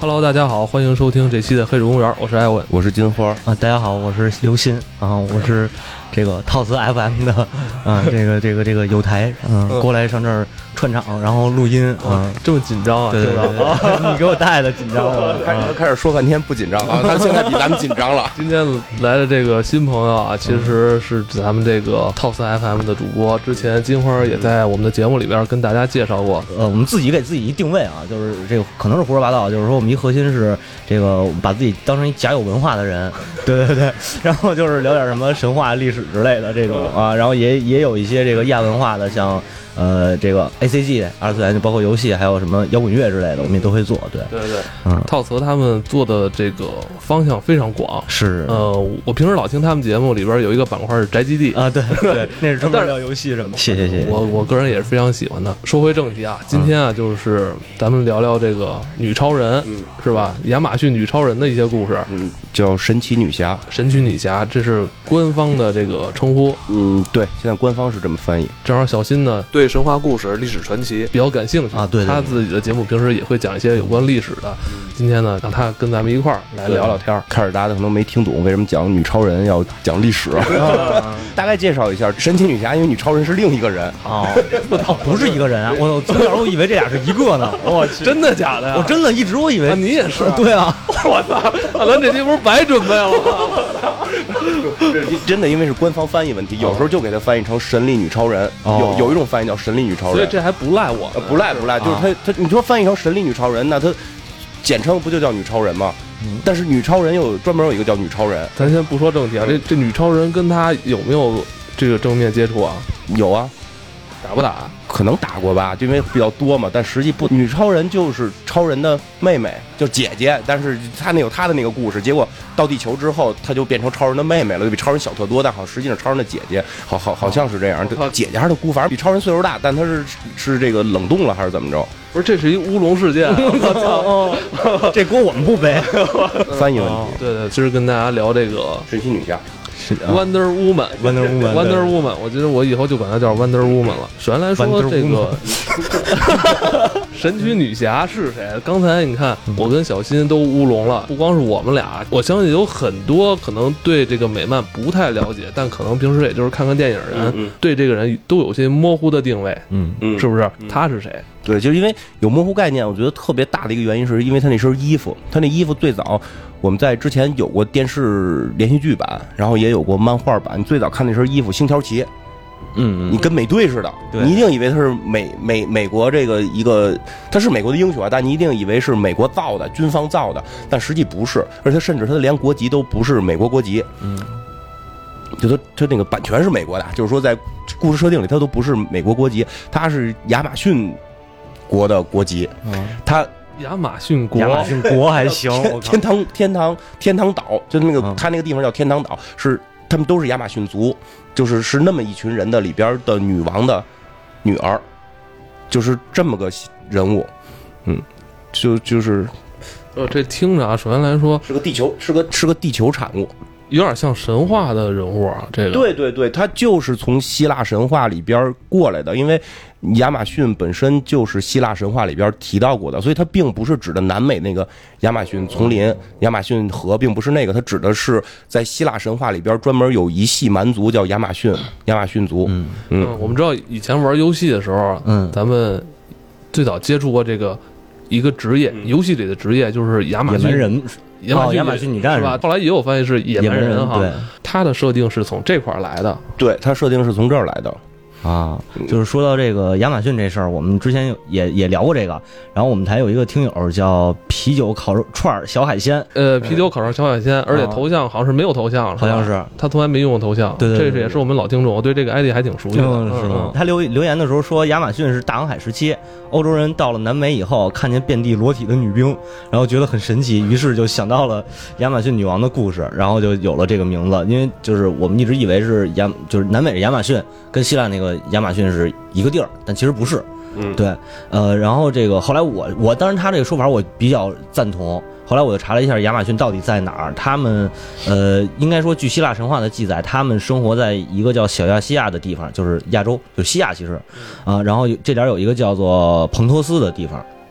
Hello， 大家好，欢迎收听这期的黑水公园，我是艾文， 我是金花啊，大家好，我是刘鑫啊，我是这个套词 FM 的啊，这个有台过来上这儿串场，然后录音啊， 这么紧张啊？ 对，你给我带的紧张了， 开始说半天不紧张啊，他现在比咱们紧张了。 今天来的这个新朋友啊，其实是咱们这个套词 FM 的主播，之前金花也在我们的节目里边跟大家介绍过。 我们自己给自己一定位啊，就是这个可能是胡说八道，就是说我们一核心是这个把自己当成一假有文化的人，对，然后就是聊点什么神话历史之类的这种啊，然后也有一些这个亚文化的，像这个 ACG 二次元，就包括游戏，还有什么摇滚乐之类的，我们也都会做。对， 套词他们做的这个方向非常广。 是， 我平时老听他们节目，里边有一个板块是宅基地啊，对，那是专门聊游戏什么的。谢谢。 我个人也是非常喜欢的。说回正题啊，今天啊，就是咱们聊聊这个女超人，是吧？亚马逊女超人的一些故事， 叫神奇女侠， 神奇女侠，这是官方的这个称呼。 对，现在官方是这么翻译。 正好小新呢对神话故事、历史传奇比较感兴趣啊，对， 他自己的节目平时也会讲一些有关历史的。今天呢，让他跟咱们一块儿来聊聊天。 开始大家可能没听懂为什么讲女超人要讲历史，大概介绍一下神奇女侠，因为女超人是另一个人不是一个人啊！我从小我以为这俩是一个呢。我去， 真的假的呀？ 我真的一直我以为你也是。 对啊， 我操！咱这题不是白准备了吗？ 真的，因为是官方翻译问题，有时候就给它翻译成神力女超人，有一种翻译叫神力女超人， 所以这还不赖我， 不赖，就是他你说翻译成神力女超人，那他简称不就叫女超人吗？但是女超人专门有一个叫女超人。 咱先不说正题啊，这女超人跟她有没有这个正面接触啊？ 有啊。 打不打？ 可能打过吧，因为比较多嘛，但实际不。女超人就是超人的妹妹，就姐姐，但是她有她的那个故事，结果到地球之后，她就变成超人的妹妹了，就比超人小特多，但好实际上超人的姐姐，好像是这样。姐姐还是姑，反正比超人岁数大，但她是这个冷冻了还是怎么着？ 不是，这是一乌龙事件， 这锅我们不背。 翻译问题。 对，今儿跟大家聊这个神奇女侠。 Wonder Woman， 我觉得我以后就管她叫 Wonder Woman 了。首先来说，这个神奇女侠是谁？刚才你看，我跟小新都乌龙了，不光是我们俩，我相信有很多可能对这个美漫不太了解，但可能平时也就是看看电影人，对这个人都有些模糊的定位，是不是？他是谁？ 对，就是因为有模糊概念，我觉得特别大的一个原因是因为他那身衣服，他那衣服最早我们在之前有过电视连续剧版，然后也有过漫画版。你最早看那身衣服，星条旗，你跟美队似的，你一定以为他是美国这个一个，他是美国的英雄啊，但你一定以为是美国造的，军方造的，但实际不是，而且甚至他连国籍都不是美国国籍，就他那个版权是美国的，就是说在故事设定里他都不是美国国籍，他是亚马逊国的国籍，他亚马逊国还行， 天堂岛，就那个他那个地方叫天堂岛，是他们都是亚马逊族，是那么一群人的里边的女王的女儿，就是这么个人物，就是这听着啊，首先来说是个地球产物。 有点像神话的人物啊，这个对，他就是从希腊神话里边过来的，因为亚马逊本身就是希腊神话里边提到过的，所以它并不是指的南美那个亚马逊丛林、亚马逊河，并不是那个，它指的是在希腊神话里边专门有一系蛮族叫亚马逊族。 我们知道以前玩游戏的时候，咱们最早接触过这个一个职业，游戏里的职业就是亚马逊人。 亚马逊女战士是吧？后来也有翻译是野蛮人哈，他的设定是从这块来的， 对，他设定是从这儿来的。 就是说到这个亚马逊这事儿，我们之前也聊过这个。然后我们台有一个听友叫啤酒烤肉串小海鲜， 啤酒烤串小海鲜，而且头像好像是没有头像， 好像是他从来没用过头像。 对， 这也是我们老听众，我对这个 ID 还挺熟悉的。 是吗？他留言的时候说，亚马逊是大航海时期，欧洲人到了南美以后，看见遍地裸体的女兵，然后觉得很神奇，于是就想到了亚马逊女王的故事，然后就有了这个名字。因为就是我们一直以为是就是南美的亚马逊跟希腊那个亚马逊是一个地儿，但其实不是。对，然后这个后来我当然他这个说法我比较赞同。后来我就查了一下亚马逊到底在哪儿，他们应该说据希腊神话的记载，他们生活在一个叫小亚细亚的地方，就是亚洲，就是西亚其实然后这点有一个叫做彭托斯的地方，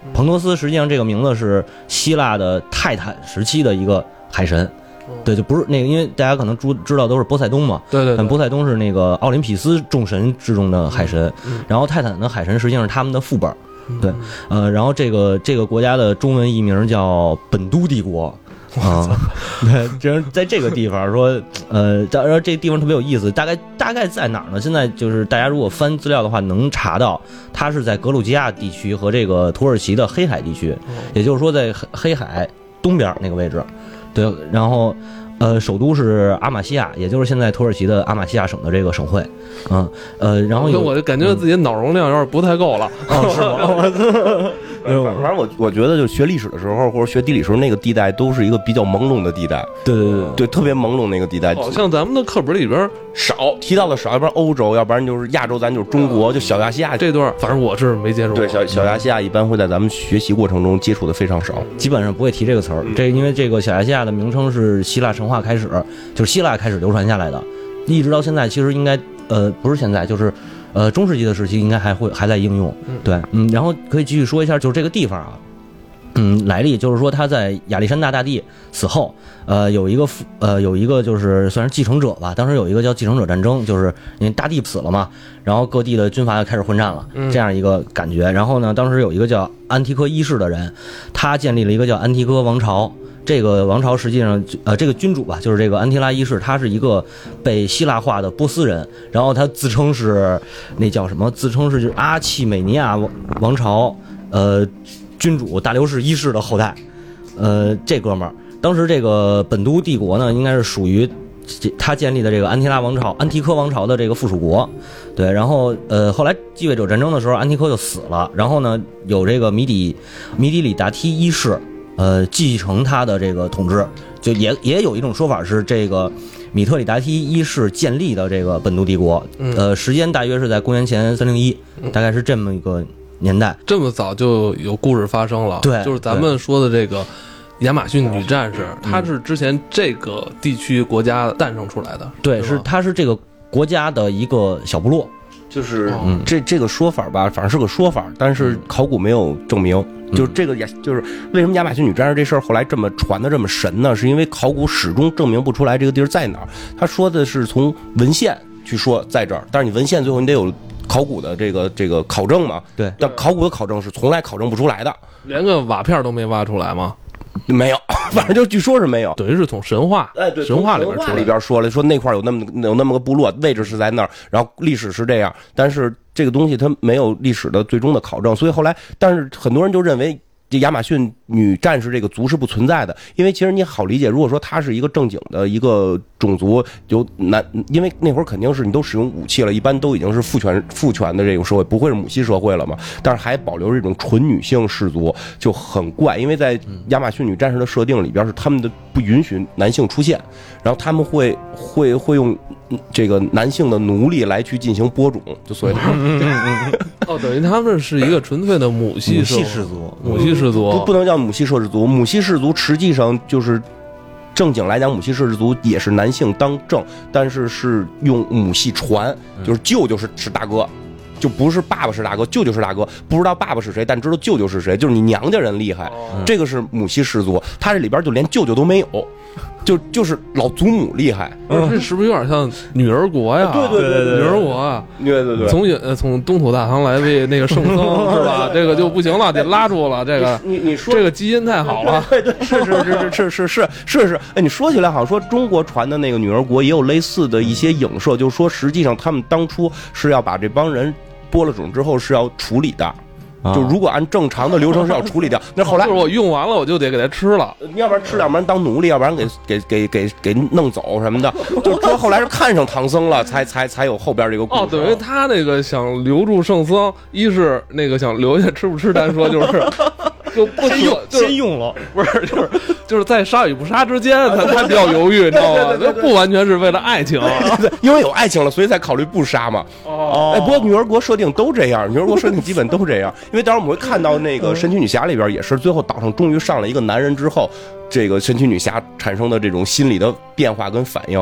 彭托斯实际上这个名字是希腊的泰坦时期的一个海神。对，就不是那个，因为大家可能知道都是波塞冬嘛， 对， 但波塞冬是那个奥林匹斯众神之中的海神，然后泰坦的海神实际上是他们的副本，对，然后这个国家的中文译名叫本都帝国。对，就是在这个地方说，然后这地方特别有意思，大概在哪儿呢？现在就是大家如果翻资料的话，能查到它是在格鲁吉亚地区和这个土耳其的黑海地区，也就是说在黑海东边那个位置。对，然后首都是阿玛西亚，也就是现在土耳其的阿玛西亚省的这个省会。然后我就感觉自己脑容量有点不太够了。 是吗？ 反正我觉得就学历史的时候或者学地理时候，那个地带都是一个比较朦胧的地带。对，特别朦胧那个地带。 好像咱们的课本里边少提到的少，要不然欧洲，要不然就是亚洲，咱就是中国，就小亚细亚这段，反正我是没接触过。 对，小亚细亚一般会在咱们学习过程中接触的非常少， 基本上不会提这个词儿。因为这个小亚细亚的名称是希腊神话开始，就是希腊开始流传下来的，一直到现在，其实应该不是现在，就是中世纪的时期应该还在应用。对，然后可以继续说一下，就是这个地方啊。来历就是说他在亚历山大大帝死后，有一个就是算是继承者吧，当时有一个叫继承者战争，就是因为大帝死了嘛，然后各地的军阀就开始混战了，这样一个感觉。然后呢，当时有一个叫安提柯一世的人，他建立了一个叫安提柯王朝。这个王朝实际上，这个君主吧，就是这个安提拉一世，他是一个被希腊化的波斯人，然后他自称是那叫什么？自称是阿契美尼亚王朝，君主大流士一世的后代。这哥们儿，当时这个本都帝国呢，应该是属于他建立的这个安提柯王朝的这个附属国。对，然后后来继位者战争的时候，安提柯就死了，然后呢，有这个米底里达梯一世。继承他的这个统治，就也有一种说法是这个米特里达梯一世建立的这个本都帝国，时间大约是在公元前301，大概是这么一个年代。 这么早就有故事发生了， 对， 就是咱们说的这个亚马逊女战士，她是之前这个地区国家诞生出来的， 对，她是这个国家的一个小部落。 就是这个说法吧，反正是个说法，但是考古没有证明。就是这个就是为什么亚马逊女战士这事儿后来这么传的这么神呢？是因为考古始终证明不出来这个地儿在哪儿。他说的是从文献去说在这儿，但是你文献最后你得有考古的这个考证嘛。 对， 但考古的考证是从来考证不出来的， 连个瓦片都没挖出来吗？ 没有，反正就据说是没有， 等于是从神话， 对， 神话里边说了，说那块有那么个部落，位置是在那儿，然后历史是这样，但是这个东西它没有历史的最终的考证，所以后来，但是很多人就认为这亚马逊女战士这个族是不存在的，因为其实你好理解，如果说她是一个正经的一个种族，因为那会儿肯定是你都使用武器了，一般都已经是父权的这种社会，不会是母系社会了嘛，但是还保留这种纯女性氏族就很怪，因为在亚马逊女战士的设定里边是他们的不允许男性出现，然后他们会用这个男性的奴隶来去进行播种，就所谓的等于他们是一个纯粹的母系氏族， 不能叫母系氏族，母系氏族实际上就是正经来讲，母系氏族也是男性当政，但是用母系传，就是舅舅是大哥。就不是爸爸是大哥，舅舅是大哥，不知道爸爸是谁，但知道舅舅是谁，就是你娘家人厉害，这个是母系氏族，他这里边就连舅舅都没有，就是老祖母厉害， 这是不是有点像女儿国呀？ 对， 女儿国啊， 对， 从东土大唐来位那个圣僧是吧？这个就不行了，得拉住了。这个你说这个基因太好了， 对，是。哎，你说起来好像说中国传的那个女儿国也有类似的一些影射，就是说实际上他们当初是要把这帮人播了种之后是要处理的。就如果按正常的流程是要处理掉，那后来就是我用完了我就得给它吃了， 要不然吃，要不然当奴隶，要不然给弄走什么的。就说后来是看上唐僧了，才有后边这个故事。 等于他那个想留住圣僧，一是那个想留下吃不吃单说，就是就不先用了， 不是就是在杀与不杀之间，他比较犹豫，你知道吗？这不完全是为了爱情， 对，因为有爱情了，所以才考虑不杀嘛。不过女儿国设定都这样，女儿国设定基本都这样。因为待会儿我们会看到那个神奇女侠里边也是，最后岛上终于上了一个男人之后，这个神奇女侠产生的这种心理的变化跟反应，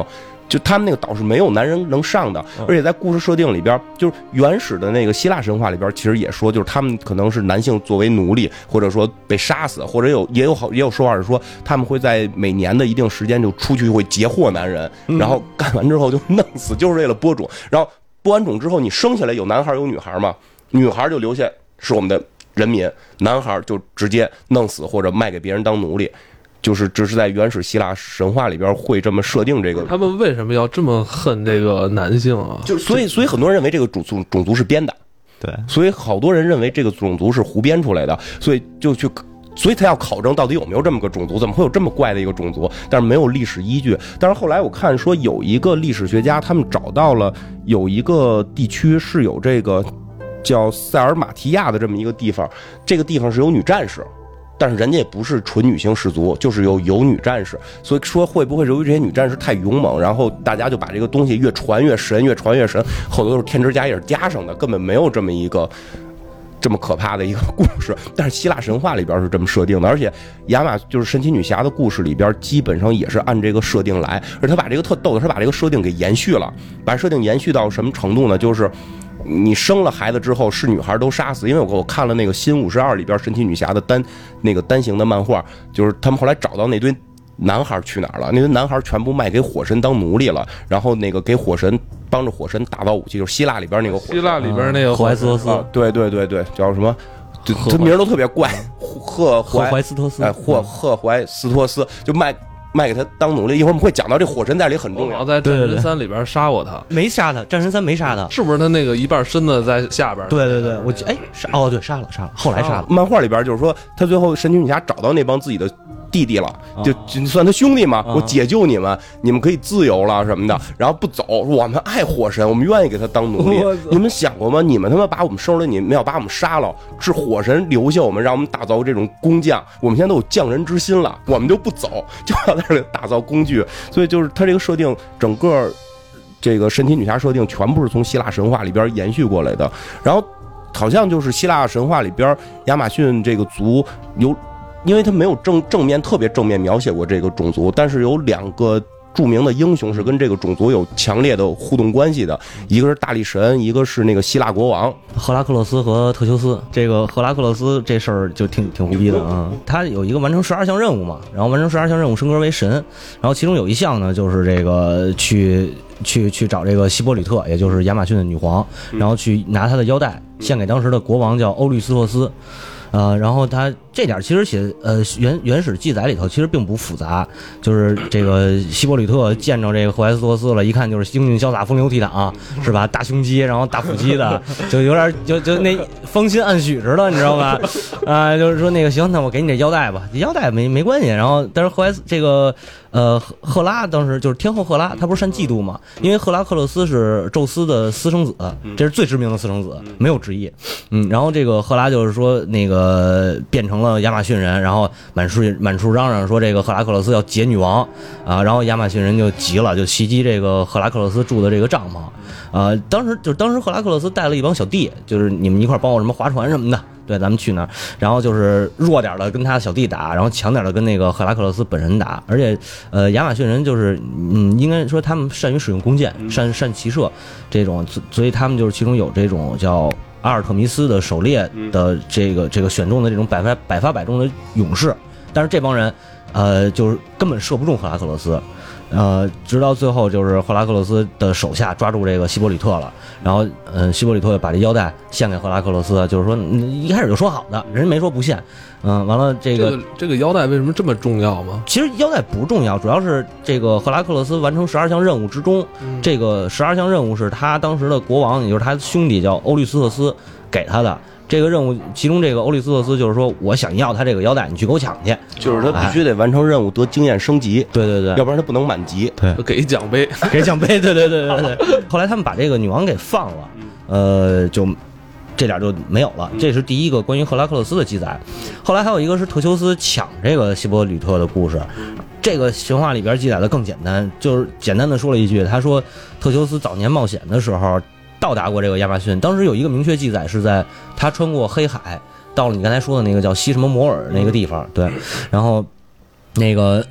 就他们那个岛是没有男人能上的，而且在故事设定里边，就是原始的那个希腊神话里边，其实也说，就是他们可能是男性作为奴隶，或者说被杀死，或者也有说法是说，他们会在每年的一定时间就出去会截获男人，然后干完之后就弄死，就是为了播种。然后播完种之后，你生下来有男孩有女孩嘛，女孩就留下是我们的人民，男孩就直接弄死或者卖给别人当奴隶。就是只是在原始希腊神话里边会这么设定这个， 他们为什么要这么恨这个男性啊？ 就所以很多人认为这个种族是编的， 对， 所以好多人认为这个种族是胡编出来的，所以他要考证到底有没有这么个种族，怎么会有这么怪的一个种族，但是没有历史依据。但是后来我看说有一个历史学家他们找到了有一个地区是有这个叫塞尔马提亚的这么一个地方，这个地方是有女战士。但是人家也不是纯女性氏族，就是有女战士，所以说会不会由于这些女战士太勇猛，然后大家就把这个东西越传越神，越传越神，后头都是添枝加叶加上的，根本没有这么一个这么可怕的一个故事。但是希腊神话里边是这么设定的，而且就是神奇女侠的故事里边基本上也是按这个设定来，而他把这个特逗的，他把这个设定给延续了，把设定延续到什么程度呢？就是你生了孩子之后是女孩都杀死，因为我看了那个新52里边神奇女侠的单行的漫画，就是他们后来找到那堆男孩去哪儿了？那堆男孩全部卖给火神当奴隶了，然后那个给火神帮着火神打造武器，就是希腊里边那个希腊里边那个赫淮斯托斯， 对，叫什么？他名都特别怪，赫淮斯托斯， 赫淮斯托斯就卖给他当奴隶。一会儿我们会讲到这火神在里很重要， 在战神3里边杀过他， 没杀他，战神3没杀他， 是不是他那个一半身子在下边？ 对，我对杀了，后来杀了。 漫画里边就是说，他最后神奇女侠找到那帮自己的弟弟了，就算他兄弟嘛，我解救你们，你们可以自由了什么的，然后不走，我们爱火神，我们愿意给他当奴隶。你们想过吗？你们他妈把我们收了，你们要把我们杀了，是火神留下我们，让我们打造这种工匠，我们现在都有匠人之心了，我们就不走，就要在这里打造工具。所以就是他这个设定，整个这个神奇女侠设定全部是从希腊神话里边延续过来的。然后好像就是希腊神话里边亚马逊这个族有。因为他没有特别正面描写过这个种族，但是有2个著名的英雄是跟这个种族有强烈的互动关系的，一个是大力神，一个是那个希腊国王赫拉克勒斯和特修斯。这个赫拉克勒斯这事儿就挺胡逼的啊，他有一个完成12项任务嘛，然后完成12项任务升格为神，然后其中有一项呢就是这个去找这个希波吕特，也就是亚马逊的女皇，然后去拿她的腰带献给当时的国王叫欧律斯托斯。然后他这点其实写原始记载里头其实并不复杂，就是这个希波吕特见着这个赫淮斯托斯了，一看就是英俊潇洒风流倜傥，是吧？大胸肌，然后大腹肌的，就有点就那芳心暗许似的，你知道吧？就是说那个行，那我给你这腰带吧，腰带没关系。然后但是赫淮斯这个赫拉当时就是天后赫拉，她不是善嫉妒嘛？因为赫拉克勒斯是宙斯的私生子，这是最知名的私生子，没有之一。然后这个赫拉就是说那个变成了亚马逊人，然后满处嚷嚷说这个赫拉克勒斯要劫女王啊，然后亚马逊人就急了，就袭击这个赫拉克勒斯住的这个帐篷。当时赫拉克勒斯带了一帮小弟，就是你们一块帮我什么划船什么的。对，咱们去那儿，然后就是弱点的跟他小弟打，然后强点的跟那个赫拉克勒斯本人打，而且亚马逊人就是应该说他们善于使用弓箭，善骑射这种，所以他们就是其中有这种叫阿尔特弥斯的狩猎的这个选中的这种百发百中的勇士，但是这帮人就是根本射不中赫拉克勒斯。直到最后就是赫拉克勒斯的手下抓住这个希波吕特了，然后希波吕特把这腰带献给赫拉克勒斯，就是说一开始就说好的，人没说不献。完了这个腰带为什么这么重要吗？ 其实腰带不重要，主要是这个赫拉克勒斯完成12项任务之中，这个12项任务是他当时的国王，也就是他兄弟叫欧律斯特斯给他的。这个任务，其中这个欧律斯特斯就是说，我想要他这个腰带，你去给我抢去。 就是他必须得完成任务得经验升级， 对， 要不然他不能满级。 对， 给一奖杯， 给奖杯，对。后来他们把这个女王给放了，就这点就没有了。这是第一个关于赫拉克勒斯的记载。后来还有一个是特修斯抢这个希波吕特的故事。这个神话里边记载的更简单，就是简单的说了一句，他说特修斯早年冒险的时候到达过这个亚马逊，当时有一个明确记载是在他穿过黑海到了你刚才说的那个叫西什么摩尔那个地方，对，然后那个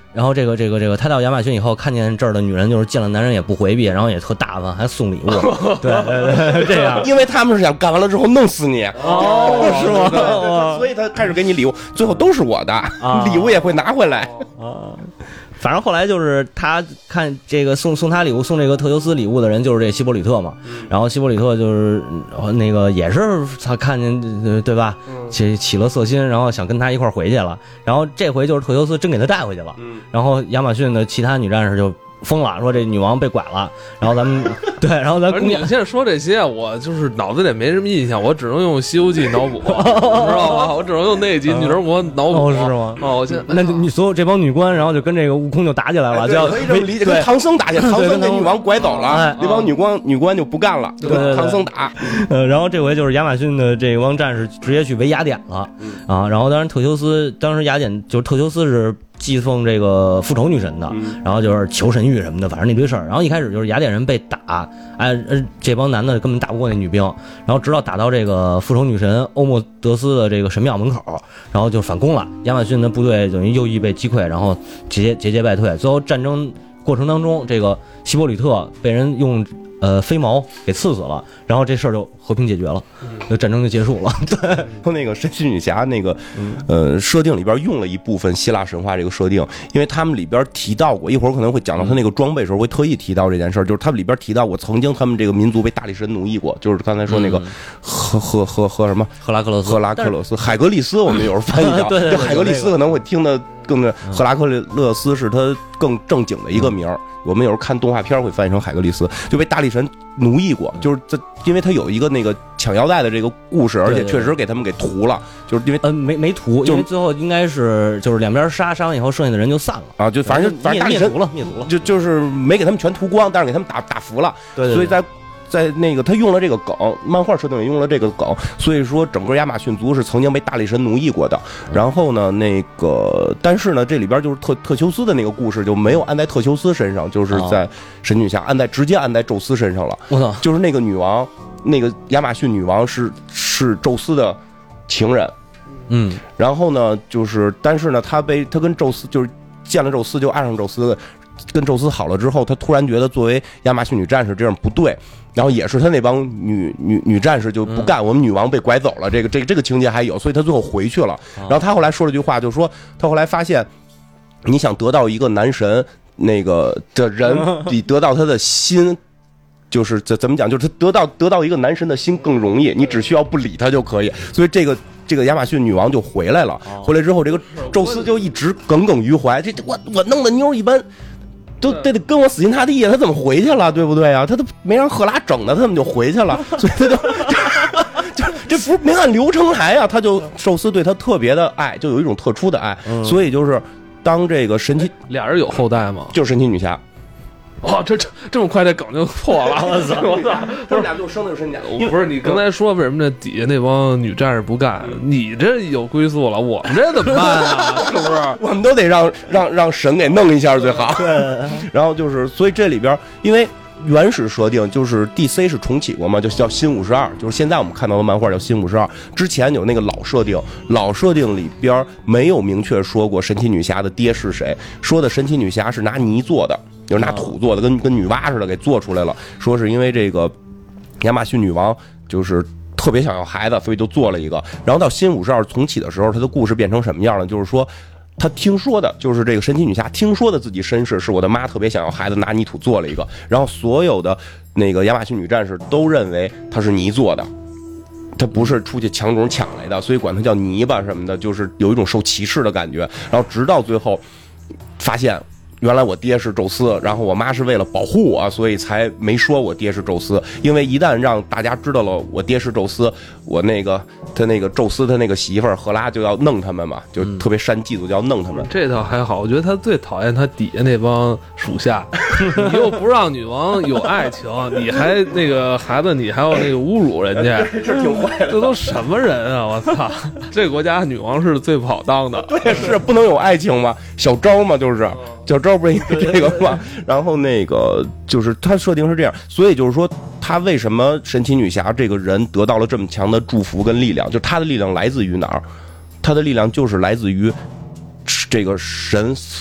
然后这个，他到亚马逊以后，看见这儿的女人，就是见了男人也不回避，然后也特大方，还送礼物。对，这样， 因为他们是想干完了之后弄死你。 哦，是吗？ 对，所以他开始给你礼物，最后都是我的，礼物也会拿回来。 反正后来就是他看这个送他礼物，送这个特修斯礼物的人就是这希波吕特嘛。然后希波吕特就是那个也是他看见对吧，起了色心，然后想跟他一块回去了。然后这回就是特修斯真给他带回去了。然后亚马逊的其他女战士就疯了，说这女王被拐了，然后咱们对，然后咱你们现在说这些，我就是脑子里没什么印象，我只能用《西游记》脑补，你知道吗？我只能用那集女儿国脑补， 是吗？ 我现在那你所有这帮女官，然后就跟这个悟空就打起来了，叫理解跟唐僧打起来，唐僧给女王拐走了，那帮女官就不干了，就跟唐僧打。 然后这回就是亚马逊的这帮战士直接去围雅典了啊，然后当然特修斯，当时雅典就是特修斯是祭奉这个复仇女神的，然后就是求神谕什么的，反正那堆事儿。然后一开始就是雅典人被打，这帮男的根本打不过那女兵，然后直到打到这个复仇女神欧莫德斯的这个神庙门口，然后就反攻了。亚马逊的部队等于又一被击溃，然后节节败退。最后战争过程当中，这个希波吕特被人用飞矛给刺死了，然后这事儿就和平解决了，战争就结束了。对， 和那个神奇女侠那个设定里边用了一部分希腊神话这个设定，因为他们里边提到过，一会儿可能会讲到他那个装备的时候会特意提到这件事儿，就是他们里边提到过曾经他们这个民族被大力神奴役过，就是刚才说那个赫什么赫拉克勒斯海格力斯，我们有时候翻译叫对， 海格力斯可能会听得更赫拉克勒斯是他更正经的一个名儿。我们有时候看动画片会翻译成海格力斯，就被大力神奴役过，就是因为他有一个那个抢腰带的这个故事，而且确实给他们给屠了，就是因为没屠，因为最后应该是就是两边杀完以后，剩下的人就散了啊，就反正大力神灭族了， 就是没给他们全屠光，但是给他们打服了， 对， 所以在那个他用了这个梗，漫画设定也用了这个梗，所以说整个亚马逊族是曾经被大力神奴役过的。然后呢，那个但是呢，这里边就是特修斯的那个故事就没有按在特修斯身上，就是在神女侠直接按在宙斯身上了。 我操， 就是那个女王，那个亚马逊女王是宙斯的情人。然后呢，就是但是呢，他跟宙斯就是见了宙斯就爱上宙斯。跟宙斯好了之后，他突然觉得作为亚马逊女战士这样不对，然后也是他那帮女战士就不干，我们女王被拐走了，这个情节还有，所以他最后回去了。然后他后来说了句话，就说他后来发现，你想得到一个男神那个的人，比得到他的心。就是怎么讲？就是他得到一个男神的心更容易，你只需要不理他就可以。所以这个亚马逊女王就回来了。回来之后，这个宙斯就一直耿耿于怀。我弄的妞一般。都得跟我死心塌地，他怎么回去了，对不对啊？他都没让赫拉整的，他怎么就回去了？所以他就这不是没按流程来啊！他就宙斯对他特别的爱，就有一种特殊的爱，所以就是当这个神奇俩人有后代吗？ 就是神奇女侠。 哇，这么快这梗就破了！我操！ 他们俩就生的是身假。 不是你刚才说为什么这底下那帮女战士不干？你这有归宿了，我们这怎么办啊？是不是？ 我们都得让神给弄一下最好。对。然后就是，所以这里边因为原始设定就是 DC 是重启过嘛，就叫新52，就是现在我们看到的漫画叫新52。之前有那个老设定里边没有明确说过神奇女侠的爹是谁，说的神奇女侠是拿泥做的。就是拿土做的，跟女娲似的给做出来了。说是因为这个亚马逊女王就是特别想要孩子，所以就做了一个。然后到新52重启的时候，她的故事变成什么样了？就是说，她听说的，就是这个神奇女侠听说的自己身世是我的妈特别想要孩子，拿泥土做了一个。然后所有的那个亚马逊女战士都认为她是泥做的。他不是出去强种抢来的，所以管他叫泥巴什么的，就是有一种受歧视的感觉。然后直到最后发现。原来我爹是宙斯，然后我妈是为了保护我，所以才没说我爹是宙斯。因为一旦让大家知道了我爹是宙斯，我他那个宙斯他那个媳妇儿赫拉就要弄他们嘛，就特别善嫉妒，就要弄他们。 这倒还好，我觉得他最讨厌他底下那帮属下，你又不让女王有爱情，你还那个孩子，你还要那个侮辱人家， 这挺坏的。 这都什么人啊！我操，这个国家女王是最不好当的。 对，是不能有爱情嘛，小昭嘛，就是小昭。不是因为这个吗？然后那个就是他设定是这样，所以就是说他为什么神奇女侠这个人得到了这么强的祝福跟力量？就他的力量来自于哪儿？他的力量就是来自于这个神赐的，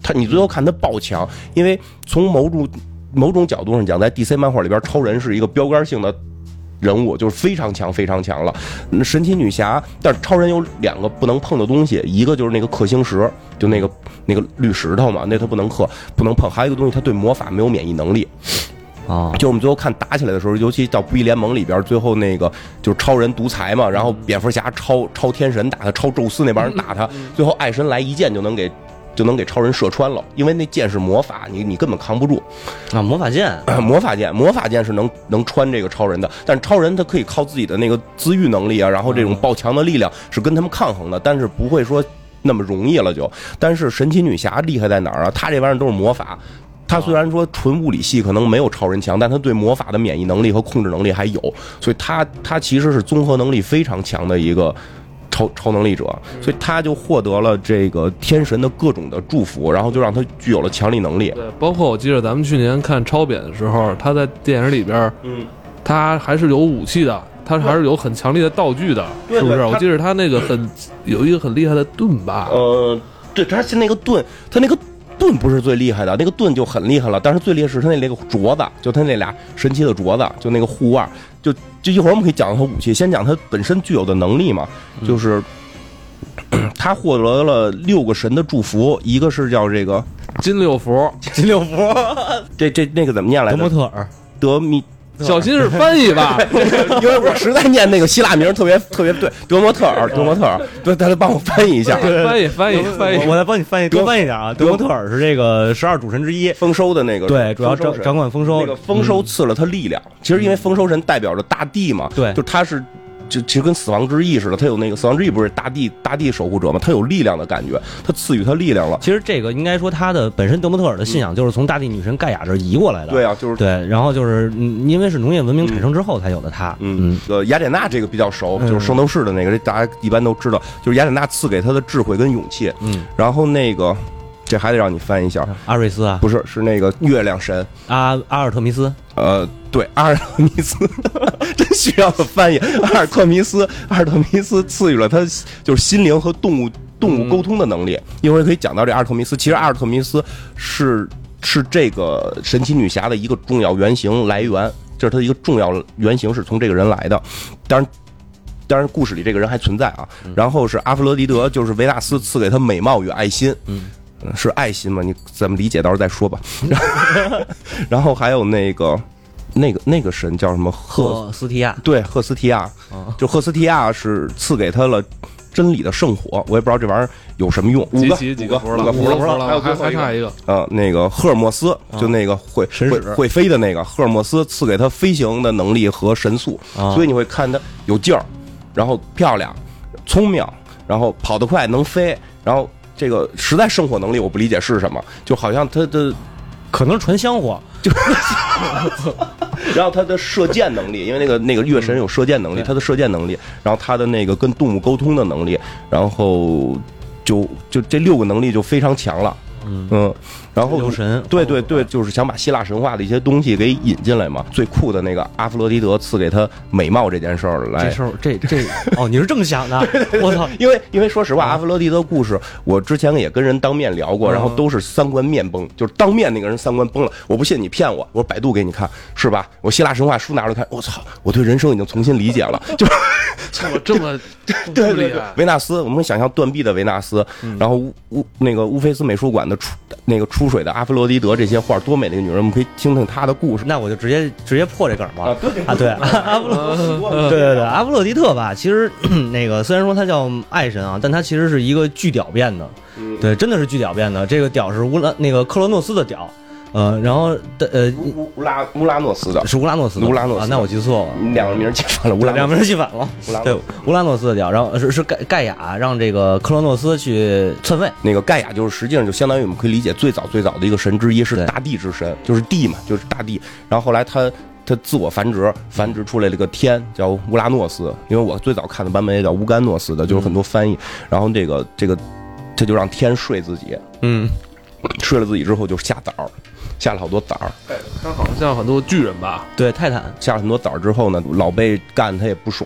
你最后看他爆强，因为从某种角度上讲，在 DC 漫画里边，超人是一个标杆性的人物，就是非常强非常强了。神奇女侠，但是超人有2个不能碰的东西，一个就是那个氪星石，就那个绿石头嘛，那他不能碰，还有一个东西，他对魔法没有免疫能力。就我们最后看打起来的时候，尤其到不义联盟里边，最后那个就是超人独裁嘛，然后蝙蝠侠超天神打他，超宙斯那帮人打他，最后爱神来一剑就能给超人射穿了，因为那剑是魔法，你根本扛不住啊！魔法剑是能穿这个超人的，但是超人他可以靠自己的那个自愈能力啊，然后这种爆强的力量是跟他们抗衡的，但是不会说那么容易了就。但是神奇女侠厉害在哪儿啊？她这玩意儿都是魔法。他虽然说纯物理系可能没有超人强，但他对魔法的免疫能力和控制能力还有，所以他其实是综合能力非常强的一个超能力者，所以他就获得了这个天神的各种的祝福，然后就让他具有了强力能力。 对，包括我记得咱们去年看超扁的时候，他在电影里边，他还是有武器的，他还是有很强力的道具的，是不是？我记得他那个有一个很厉害的盾吧？ 对，他是那个盾，他那个盾不是最厉害的，那个盾就很厉害了，但是最厉害是他那个镯子，就他那俩神奇的镯子，就那个护腕，就一会儿我们可以讲他武器，先讲他本身具有的能力嘛，就是他获得了6个神的祝福，一个是叫这个金六福， 这那个怎么念来着？ 德莫特尔， 小心是翻译吧， 因为我实在念那个希腊名特别对，德莫特尔，对，他来帮我翻译一下， 翻译， 我来帮你翻译，多翻译点啊。德莫特尔是这个12主神之一， 丰收的那个， 对，主要掌管丰收。 那个丰收赐了他力量，其实因为丰收神代表着大地嘛， 对， 就他是。其实跟死亡之翼似的，他有那个死亡之翼不是大地守护者吗？他有力量的感觉，他赐予他力量了。 其实这个应该说他的本身德莫特尔的信仰就是从大地女神盖亚这移过来的。 对啊，就是对，然后就是因为是农业文明产生之后才有的他。 雅典娜这个比较熟，就是圣斗士的那个，这大家一般都知道，就是雅典娜赐给他的智慧跟勇气。然后那个。这还得让你翻译一下， 阿瑞斯啊， 不是，是那个月亮神阿尔特弥斯， 对，阿尔特弥斯，真需要翻译。阿尔特弥斯赐予了他就是心灵和动物沟通的能力。一会儿可以讲到这阿尔特弥斯，其实阿尔特弥斯是这个神奇女侠的一个重要原型来源，这是他一个重要原型，是从这个人来的。当然，故事里这个人还存在啊。然后是阿弗罗狄德，就是维纳斯赐给他美貌与爱心。是爱心吗？你怎么理解到时候再说吧。然后还有那个神叫什么？ 赫斯提亚。对， 赫斯提亚。就赫斯提亚是赐给他了真理的圣火，我也不知道这玩意儿有什么用。 几个符了，还差一个。 那个赫尔墨斯，就那个会飞的那个赫尔墨斯赐给他飞行的能力和神速，所以你会看他有劲儿，然后漂亮、聪明，然后跑得快、能飞，然后。这个实在圣火能力我不理解是什么，就好像他的可能是传香火，就然后他的射箭能力，因为那个月神有射箭能力，他的射箭能力，然后他的那个跟动物沟通的能力，然后就这6个能力就非常强了。然后六神， 对，就是想把希腊神话的一些东西给引进来嘛。最酷的那个阿弗罗狄德赐给他美貌这件事儿来， 这哦，你是这么想的？我操！ 因为说实话，阿弗罗狄德故事我之前也跟人当面聊过，然后都是三观面崩，就是当面那个人三观崩了。我不信你骗我，我说百度给你看，是吧？我希腊神话书拿出来看，我操，我对人生已经重新理解了，就这么对，维纳斯，我们想象断臂的维纳斯，然后那个乌菲斯美术馆的出水的阿弗罗狄德这些画多美的一个女人，我们可以听听她的故事。 那我就直接破这梗吧。对，阿弗洛狄特吧，其实那个虽然说他叫爱神啊，但他其实是一个巨屌变的，对，真的是巨屌变的。这个屌是那个克罗诺斯的屌。然后乌拉诺斯的是乌拉诺斯啊，那我记错了， 两个名记反了， 两个名记反了。对，乌拉诺斯的屌，然后是盖亚让这个克罗诺斯去篡位。 那个盖亚就是实际上就相当于我们可以理解最早的一个神之一，是大地之神，就是地嘛，就是大地。然后后来他自我繁殖出来了个天，叫乌拉诺斯。因为我最早看的版本也叫乌干诺斯的，就是很多翻译。然后这个他就让天睡自己，睡了自己之后就下崽儿。下了好多崽儿， 他好像很多巨人吧？ 对，泰坦下了很多崽儿之后呢，老被干他也不爽，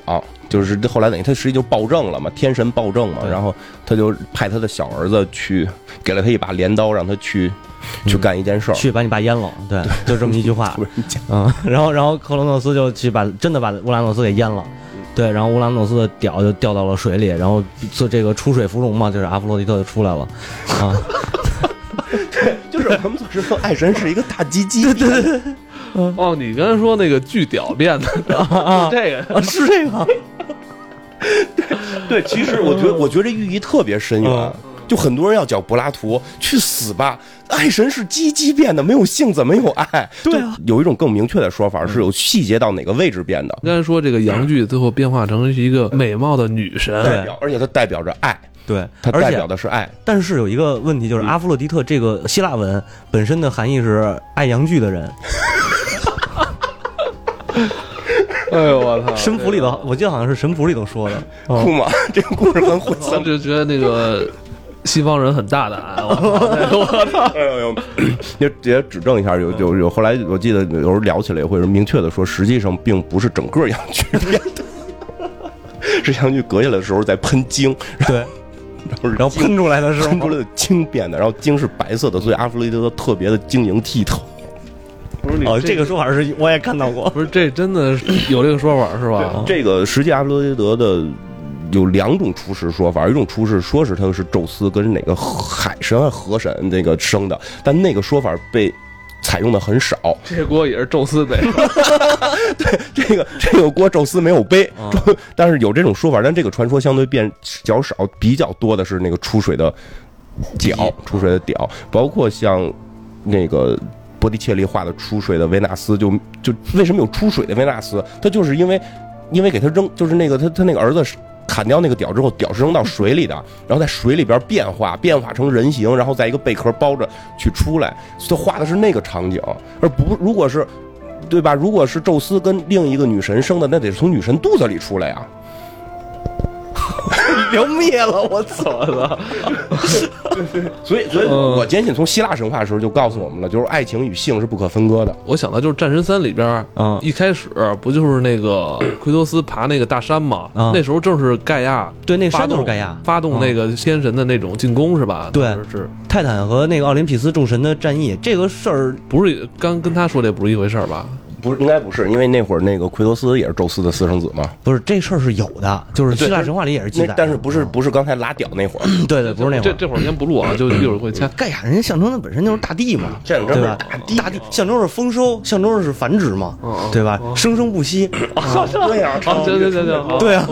就是后来等于他实际就暴政了嘛，天神暴政嘛，然后他就派他的小儿子去，给了他一把镰刀，让他去干一件事儿， 去把你爸淹了，对，就这么一句话。然后克罗诺斯就去真的把乌拉诺斯给淹了。对，然后乌拉诺斯的屌就掉到了水里，然后做这个出水芙蓉嘛，就是阿弗洛狄特就出来了，啊， 对，就是我们所说爱神是一个大鸡鸡， 对， 哦，你刚才说那个巨屌变的啊，这个是这个， 对，其实我觉得这寓意特别深远。就很多人要讲柏拉图去死吧，爱神是鸡鸡变的，没有性怎么有爱？ 对啊， 有一种更明确的说法是有细节到哪个位置变的。 刚才说这个阳具最后变化成是一个美貌的女神， 而且它代表着爱， 对， 它代表的是爱。 但是有一个问题就是阿弗洛狄特这个希腊文本身的含义是爱阳具的人。 哎呦我操！ 神谱里头，我记得好像是神谱里头说的， 酷吗？这个故事很混我就觉得那个西方人很大胆，我操！ 哎呦，也指正一下，有后来我记得有时候聊起来会明确的说，实际上并不是整个阳具变的，是阳具隔下来的时候在喷精， 对，然后喷出来的时候喷出来的精变的，然后精是白色的，所以阿弗洛狄特特别的晶莹剔透。 不是你这个说法是我也看到过， 不是这真的有这个说法是吧？ 这个实际阿弗洛狄特的有两种出世说法，一种出世说是他是宙斯跟哪个海神和河神那个生的，但那个说法被采用的很少。 这锅也是宙斯背， 对，这个锅宙斯没有背，但是有这种说法，但这个传说相对较少，比较多的是那个出水的屌，包括像那个波提切利画的出水的维纳斯，就为什么有出水的维纳斯？他就是因为给他扔，就是那个他那个儿子砍掉那个屌之后，屌是扔到水里的，然后在水里边变化成人形，然后在一个贝壳包着去出来，他画的是那个场景，而不如果是对吧？如果是宙斯跟另一个女神生的，那得是从女神肚子里出来呀。 聊灭了，我操了！ 所以我坚信从希腊神话的时候就告诉我们了，就是爱情与性是不可分割的。 我想到就是《战神3》里边，一开始不就是那个奎托斯爬那个大山嘛？那时候正是盖亚， 对，那个山就是盖亚发动那个天神的那种进攻是吧？ 对， 是泰坦和那个奥林匹斯众神的战役，这个事儿不是刚跟他说的不是一回事吧？ 不是，应该不是，因为那会儿那个奎托斯也是宙斯的私生子嘛。 不是，这事儿是有的，就是希腊神话里也是记载， 但是不是刚才拉屌那会儿。 对，不是那会儿。 这会儿先不录啊，就一会儿会掐。 盖亚人家象征的本身就是大地嘛，对吧？大地象征是丰收，象征是繁殖嘛，对吧？生生不息。 对呀， 行， 对啊。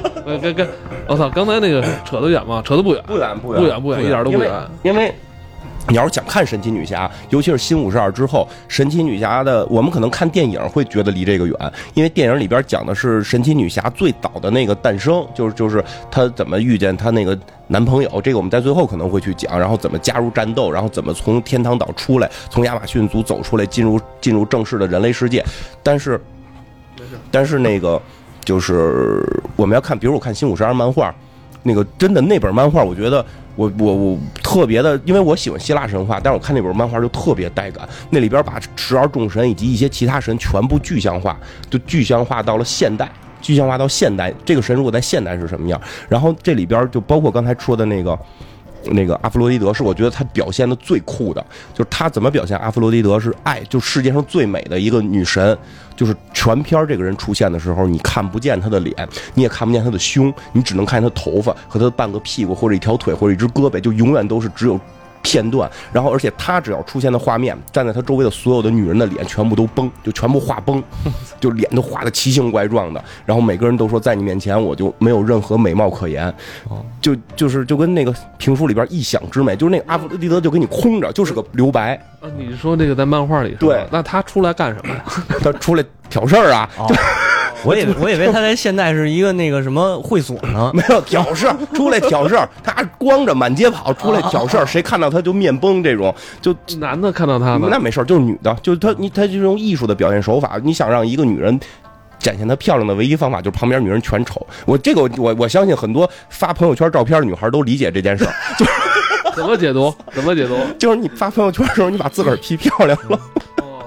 OK，我操，刚才那个扯得远吗？扯得不远， 不远， 一点都不远， 因为。你要是想看神奇女侠，尤其是新52之后，神奇女侠的我们可能看电影会觉得离这个远，因为电影里边讲的是神奇女侠最早的那个诞生，就是她怎么遇见她那个男朋友，这个我们在最后可能会去讲，然后怎么加入战斗，然后怎么从天堂岛出来，从亚马逊族走出来，进入正式的人类世界。但是那个就是我们要看，比如我看新52漫画，那个真的那本漫画，我觉得。我特别的，因为我喜欢希腊神话，但是我看那本漫画就特别带感。那里边把12众神以及一些其他神全部具象化，就具象化到现代。这个神如果在现代是什么样？然后这里边就包括刚才说的那个阿弗洛狄德，是我觉得他表现的最酷的，就是他怎么表现阿弗洛狄德是爱，就世界上最美的一个女神。就是全片这个人出现的时候，你看不见他的脸，你也看不见他的胸，你只能看见他头发和他的半个屁股或者一条腿或者一只胳膊，就永远都是只有片段。然后而且他只要出现的画面，站在他周围的所有的女人的脸全部都崩，就全部画崩，就脸都画得奇形怪状的。然后每个人都说在你面前我就没有任何美貌可言，就跟那个评书里边一想之美，就是那个阿弗洛狄德就给你空着，就是个留白。 你说这个在漫画里对， 那他出来干什么呀？ 他出来挑事儿啊！ 我以为他在现代是一个那个什么会所呢？ 没有挑事儿，出来挑事儿，他光着满街跑出来挑事儿，谁看到他就面崩，这种就男的看到他呢， 那没事儿，就是女的，就是他就是用艺术的表现手法，你想让一个女人。展现她漂亮的唯一方法就是旁边女人全丑。我相信很多发朋友圈照片的女孩都理解这件事儿。 怎么解读？ 就是你发朋友圈的时候，你把自个儿 P 漂亮了。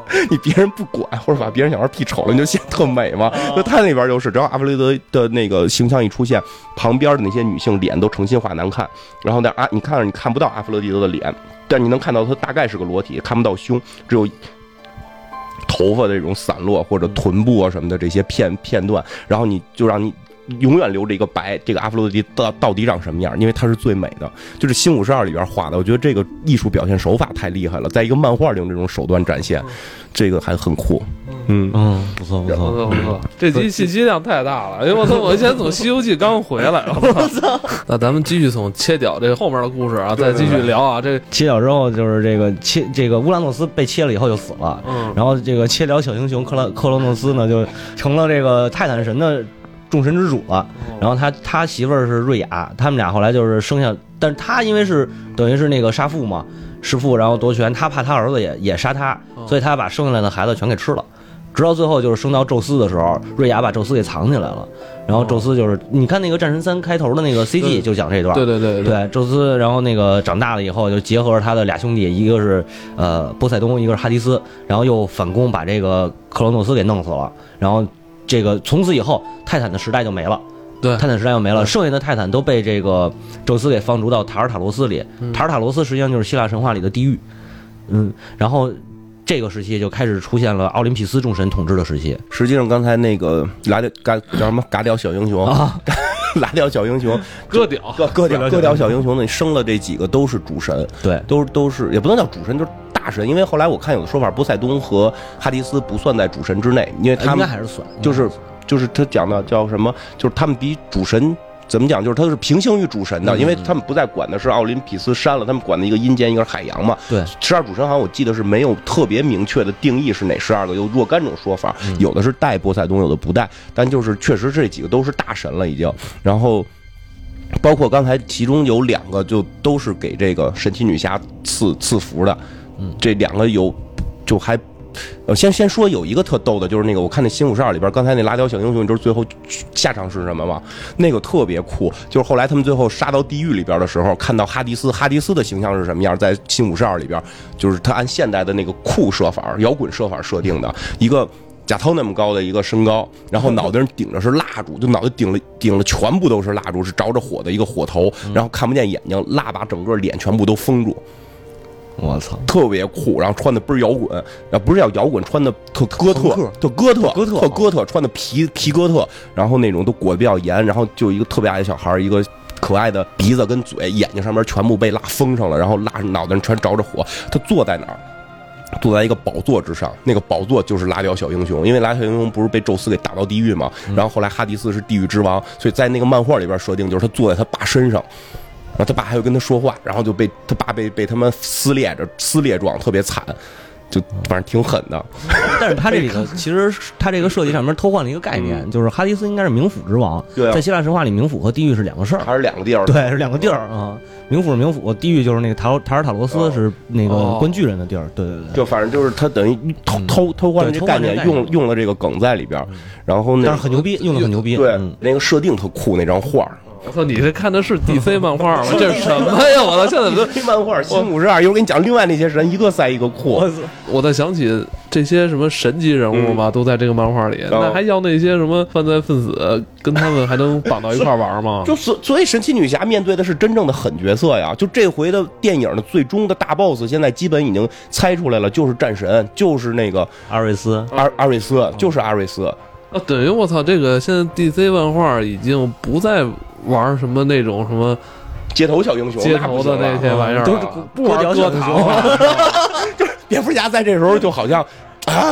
你别人不管，或者把别人小孩 P 丑了，你就显特美嘛。就他那边就是，只要阿弗雷德的那个形象一出现，旁边的那些女性脸都诚心话难看。然后你看不到阿弗洛狄德的脸，但你能看到他大概是个裸体，看不到胸，只有头发的这种散落或者臀部啊什么的这些片段，然后你就让你永远留着一个白，这个阿弗洛狄到底长什么样？因为它是最美的，就是《新52》里边画的。我觉得这个艺术表现手法太厉害了，在一个漫画里用这种手段展现，这个还很酷。 不错， 这集信息量太大了，因为我以前从《西游记》刚回来，我操！那咱们继续从切角这个后面的故事啊，再继续聊啊。这切角之后就是这个乌拉诺斯被切了以后就死了，然后这个切角小英雄克罗诺斯呢就成了这个泰坦神的众神之主了，然后他媳妇儿是瑞亚，他们俩后来就是生下，但是他因为是等于是那个杀父嘛，弑父然后夺权，他怕他儿子也杀他，所以他把生下来的孩子全给吃了，直到最后就是生到宙斯的时候，瑞亚把宙斯给藏起来了，然后宙斯就是你看那个战神3开头的那个 CG 就讲这段，对，宙斯然后那个长大了以后就结合着他的俩兄弟，一个是波塞冬，一个是哈迪斯，然后又反攻把这个克罗诺斯给弄死了，然后这个从此以后泰坦的时代就没了，对，泰坦时代就没了，剩下的泰坦都被这个宙斯给放逐到塔尔塔罗斯里，塔尔塔罗斯实际上就是希腊神话里的地狱，然后这个时期就开始出现了奥林匹斯众神统治的时期。 实际上刚才那个叫什么嘎屌小英雄啊，拉屌小英雄， 割屌小英雄，你生了这几个都是主神， 对， 都是也不能叫主神，就是大神，因为后来我看有的说法，波塞冬和哈迪斯不算在主神之内，因为他们应该还是算， 就是他讲的叫什么，就是他们比主神怎么讲，就是他是平行于主神的，因为他们不再管的是奥林匹斯山了，他们管的一个阴间一个海洋嘛。 对 ，12主神好像我记得是没有特别明确的定义是哪12个，有若干种说法，有的是带波塞冬，有的不带，但就是确实这几个都是大神了已经，然后。包括刚才其中有2个就都是给这个神奇女侠赐福的，这2个有就还，先说有一个特逗的，就是那个我看那新52里边，刚才那拉屌小英雄，你知道最后下场是什么吗？那个特别酷，就是后来他们最后杀到地狱里边的时候，看到哈迪斯的形象是什么样，在新52里边，就是他按现代的那个酷射法、摇滚射法设定的一个。贾涛那么高的一个身高，然后脑袋上顶着是蜡烛，就脑袋顶了全部都是蜡烛，是着着火的一个火头，然后看不见眼睛，蜡把整个脸全部都封住。 我操， 特别酷，然后穿的不是摇滚，不是要摇滚，穿的特哥特，穿的皮哥特，然后那种都裹得比较严，然后就一个特别矮的小孩，一个可爱的鼻子跟嘴，眼睛上面全部被蜡封上了，然后蜡脑袋上全着着火，他坐在哪儿？坐在一个宝座之上，那个宝座就是拉屌小英雄，因为拉屌小英雄不是被宙斯给打到地狱嘛，然后后来哈迪斯是地狱之王，所以在那个漫画里边设定就是他坐在他爸身上，然后他爸还会跟他说话，然后就被他爸被他们撕裂状，特别惨。就反正挺狠的， 但是他这个其实他这个设计上面偷换了一个概念，就是哈迪斯应该是冥府之王， 对、 在希腊神话里冥府和地狱是2个事儿， 还是2个地儿， 对，是2个地儿啊。冥府是冥府，地狱就是那个塔尔塔罗斯是那个关巨人的地儿，对， 就反正就是他等于偷换这概念，用了这个梗在里边，然后但是很牛逼，用的很牛逼， 对，那个设定特酷，那张画。 我操！你这看的是 DC 漫画吗？这是什么呀？我操！现在 DC 漫画新52，一会儿给你讲另外那些神，一个赛一个酷。 我在想起这些什么神级人物嘛，都在这个漫画里。那还要那些什么犯罪分子，跟他们还能绑到一块玩吗？ 所以神奇女侠面对的是真正的狠角色呀！就这回的电影的最终的大 boss， 现在基本已经猜出来了，就是战神，就是那个阿瑞斯， 就是阿瑞斯。 啊，等于我操，这个现在 DC 漫画已经不再玩什么那种什么街头小英雄、 街头的那些玩意儿， 都是不玩哥塔了。 就是蝙蝠侠在这时候就好像啊，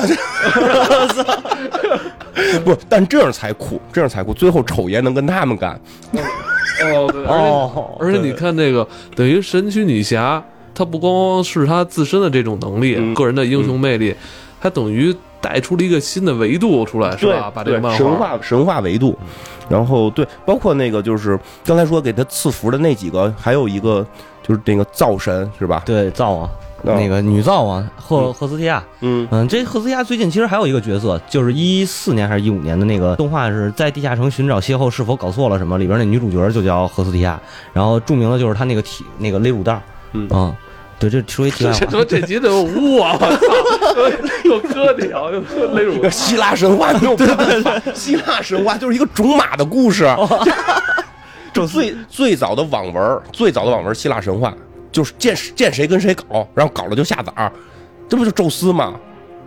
不，但这样才酷，最后丑爷能跟他们干。 哦，对，而且你看那个，等于神奇女侠，她不光是她自身的这种能力、个人的英雄魅力，还等于带出了一个新的维度出来，是吧？把这个漫画神话维度，然后对，包括那个就是刚才说给他赐福的那几个，还有一个就是那个灶神是吧？ 对，灶王。那个女灶王赫斯提亚，这赫斯提亚最近其实还有一个角色，就是14年还是15年的那个动画，是在地下城寻找邂逅是否搞错了什么，里边那女主角就叫赫斯提亚，然后著名的就是她那个勒乳带， 对，这说一题外话， 这集得有污啊！我操，又割掉，又勒乳。 希腊神话没有办法，希腊神话就是一个种马的故事。就最早的网文，希腊神话就是见谁跟谁搞，然后搞了就下崽儿，这不就宙斯吗？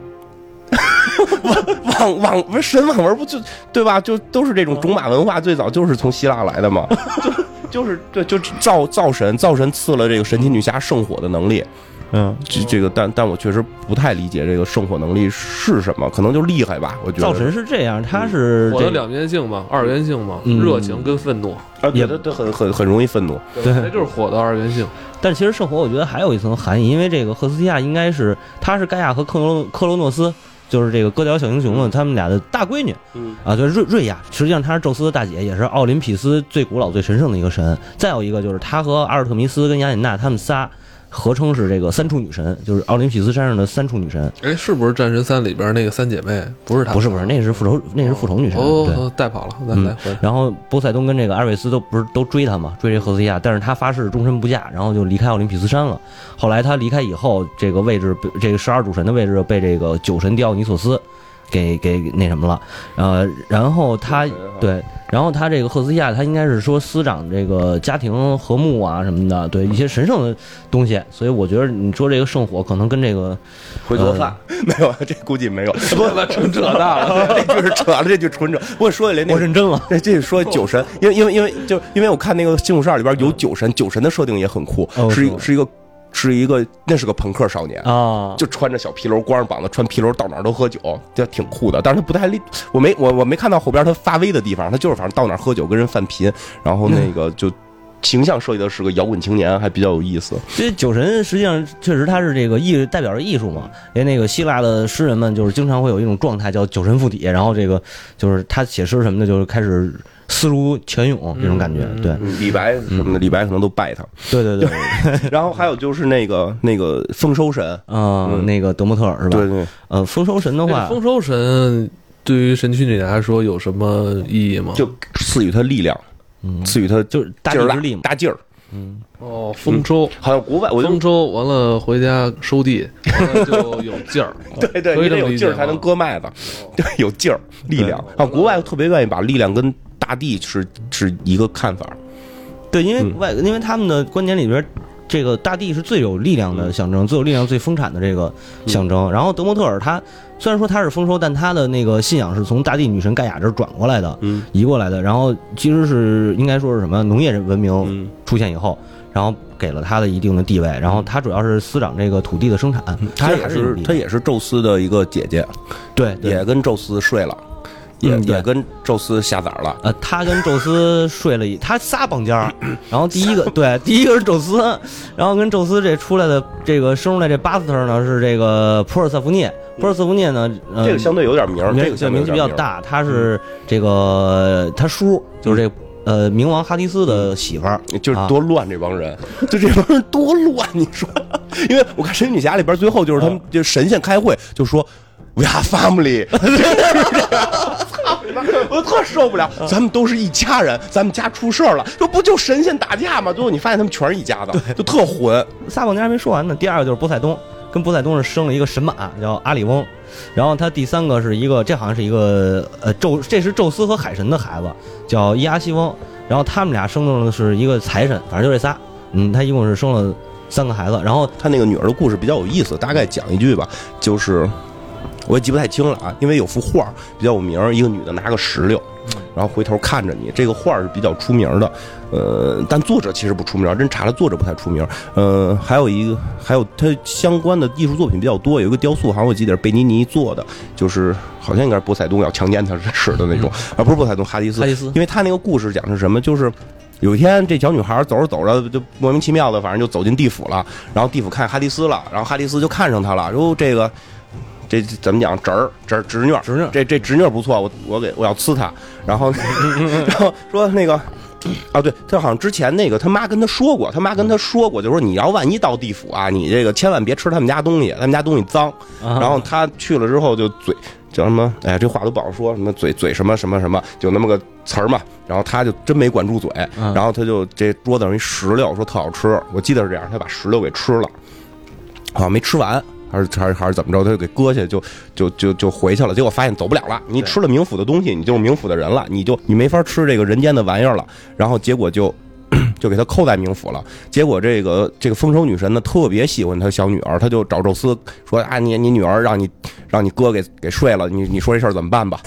不是神网文不就对吧？就都是这种种马文化，最早就是从希腊来的嘛。就是造神赐了这个神奇女侠圣火的能力。这个但我确实不太理解这个圣火能力是什么，可能就厉害吧。我觉得造神是这样，他是我的两面性嘛，二元性嘛，热情跟愤怒也他很容易愤怒， 对，这就是火的二元性。 但其实圣火我觉得还有一层含义，因为这个赫斯提亚应该是他是盖亚和克罗诺斯。就是这个哥德小英雄们，他们俩的大闺女，对，瑞亚，实际上她是宙斯的大姐，也是奥林匹斯最古老、最神圣的一个神。再有一个就是她和阿尔特弥斯跟雅典娜他们仨合称是这个三处女神，就是奥林匹斯山上的三处女神。 哎，是不是战神3里边那个三姐妹？不是她， 不是，那是复仇女神。 哦，带跑了，来。 然后波塞冬跟这个阿瑞斯都追她嘛，追这赫斯提亚，但是她发誓终身不嫁，然后就离开奥林匹斯山了。后来她离开以后，这个位置，这个12主神的位置被这个9神狄奥尼索斯给那什么了，然后他对，然后他这个赫斯提亚他应该是说司掌这个家庭和睦啊什么的，对一些神圣的东西，所以我觉得你说这个圣火可能跟这个会做饭没有，这估计没有， 不纯扯大了， 这就是扯了，这就纯扯。不过说起来那我认真了， 这说9神，因为我看那个《新52》里边有9神，九神的设定也很酷，是一个那是个朋克少年啊， 就穿着小皮褛，光着膀子，穿皮褛到哪儿都喝酒，就挺酷的。但是他不太我没看到后边他发威的地方，他就是反正到哪儿喝酒跟人犯贫，然后那个就形象设计的是个摇滚青年，还比较有意思。 这酒神实际上确实他是这个代表着艺术嘛，因为那个希腊的诗人们就是经常会有一种状态叫酒神附体，然后这个就是他写诗什么的，就是开始思如泉涌这种感觉。对， 李白什么的，李白可能都拜他。 对。 然后还有就是那个丰收神那个德莫特尔是吧？ 对。 丰收神的话， 丰收神对于神奇女侠来说有什么意义吗？ 就赐予他力量，赐予他就是大地之力嘛， 大劲儿。 丰收好像国外丰收完了回家收地就有劲儿。 对，你得有劲儿才能割麦子。对，有劲儿力量啊！国外特别愿意把力量跟大地是一个看法。 对，因为他们的观点里边，这个大地是最有力量的象征，最有力量、最丰产的这个象征。然后德莫特尔他虽然说他是丰收，但他的那个信仰是从大地女神盖亚这儿转过来的，移过来的。然后其实是应该说是什么农业文明出现以后，然后给了他的一定的地位。然后他主要是司掌这个土地的生产，他也是宙斯的一个姐姐， 对， 也跟宙斯睡了。也跟宙斯下崽了。 他跟宙斯睡了他仨绑架，然后第一个是宙斯，然后跟宙斯这出来的这个生出来这巴斯特呢是这个普尔瑟福涅。普尔瑟福涅呢， 这个相对有点名，这个名气比较大。他是这个他叔就是这冥王哈迪斯的媳妇儿， 就是多乱这帮人，就这帮人多乱，你说？因为我看神奇女侠里边最后就是他们就神仙开会就说。We are family， 我特受不了，咱们都是一家人，咱们家出事了，这不就神仙打架吗？最后你发现他们全是一家子，就特混。 仨绑架还没说完呢，第二个就是波塞冬，跟波塞冬是生了一个神马叫阿里翁，然后他第三个是一个，这好像是一个这是宙斯和海神的孩子，叫伊阿西翁，然后他们俩生的是一个财神，反正就这仨，他一共是生了3个孩子，然后他那个女儿的故事比较有意思，大概讲一句吧，就是。我也记不太清了啊，因为有幅画比较有名，一个女的拿个石榴，然后回头看着你。这个画是比较出名的，但作者其实不出名，真查了作者不太出名。还有它相关的艺术作品比较多，有一个雕塑，好像我记得是贝尼尼做的，就是好像应该是波塞冬要强奸他使的那种，而不是波塞冬，哈迪斯，因为他那个故事讲是什么，就是有一天这小女孩走着走着就莫名其妙的，反正就走进地府了，然后地府看哈迪斯了，然后哈迪斯就看上她了，然后这怎么讲？侄女，这侄女不错，我要呲她，然后说那个啊，对，他好像之前那个他妈跟他说过，就说你要万一到地府啊，你这个千万别吃他们家东西，他们家东西脏。然后他去了之后就嘴叫什么？哎呀，这话都不好说，什么嘴什么什么什么，就那么个词儿嘛。然后他就真没管住嘴，然后他就这桌子上一石榴，说特好吃，我记得是这样，他把石榴给吃了。 好像没吃完。还是怎么着，他就给搁下，就回去了。结果发现走不了了，你吃了冥府的东西，你就是冥府的人了，你没法吃这个人间的玩意儿了。然后结果就给他扣在冥府了。结果这个丰收女神呢，特别喜欢他小女儿，他就找宙斯说啊，你女儿让你哥给睡了，你说这事儿怎么办吧？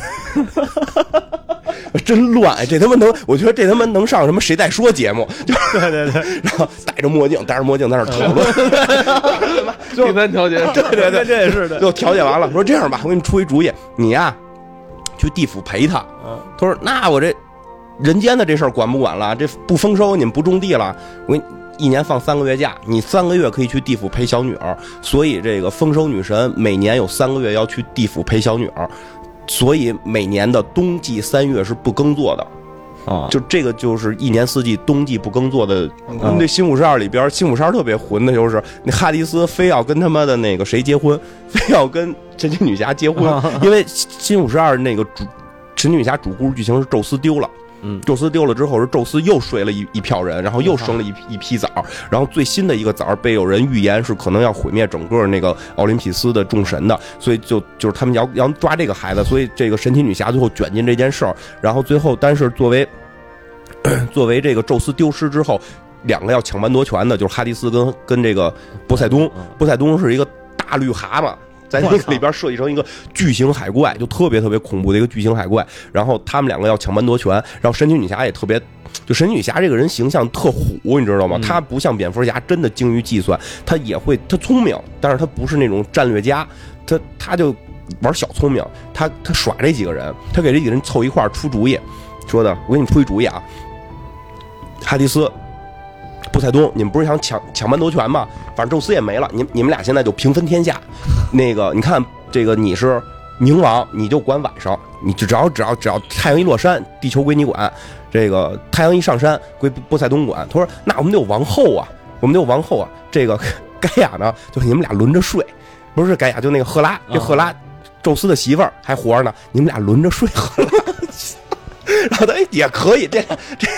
真乱，这他妈我觉得这他妈能上什么谁在说节目？对，然后戴着墨镜在那儿讨论。 第三调解， 对， 这也是的。 就调解完了，说这样吧，我给你出一主意，你呀去地府陪他。他说那我这人间的这事儿管不管了？这不丰收，你们不种地了，我给你1年放3个月假，你3个月可以去地府陪小女儿。所以这个丰收女神每年有3个月要去地府陪小女儿。所以每年的冬季3月是不耕作的，就这个就是1年4季冬季不耕作的。那新52里边，新52特别混的就是那哈迪斯非要跟他妈的那个谁结婚，非要跟神奇女侠结婚，因为新52那个神奇女侠主故事剧情是宙斯丢了。宙斯丢了之后，是宙斯又睡了一票人，然后又生了一批崽儿，然后最新的一个崽儿被有人预言是可能要毁灭整个那个奥林匹斯的众神的，所以就是他们要抓这个孩子，所以这个神奇女侠最后卷进这件事儿，然后最后但是作为这个宙斯丢失之后，2个要抢完夺权的就是哈迪斯跟这个波塞冬，波塞冬是一个大绿蛤蟆。在那个里边设计成一个巨型海怪，就特别特别恐怖的一个巨型海怪。然后他们2个要抢班夺权，然后神奇女侠也特别，就神奇女侠这个人形象特虎，你知道吗？她不像蝙蝠侠真的精于计算，她聪明，但是她不是那种战略家，她就玩小聪明，她耍这几个人，她给这几个人凑一块出主意，说的我给你出一主意啊，哈迪斯。波塞冬，你们不是想抢班夺权吗？反正宙斯也没了，你们俩现在就平分天下。那个，你看这个你是冥王，你就管晚上，你只要太阳一落山，地球归你管；这个太阳一上山，归波塞冬管。他说：“那我们得有王后啊，这个盖亚呢，就你们俩轮着睡，不是盖亚，就那个赫拉，这赫拉，宙斯的媳妇儿还活着呢，你们俩轮着睡赫拉。”然后他也可以，这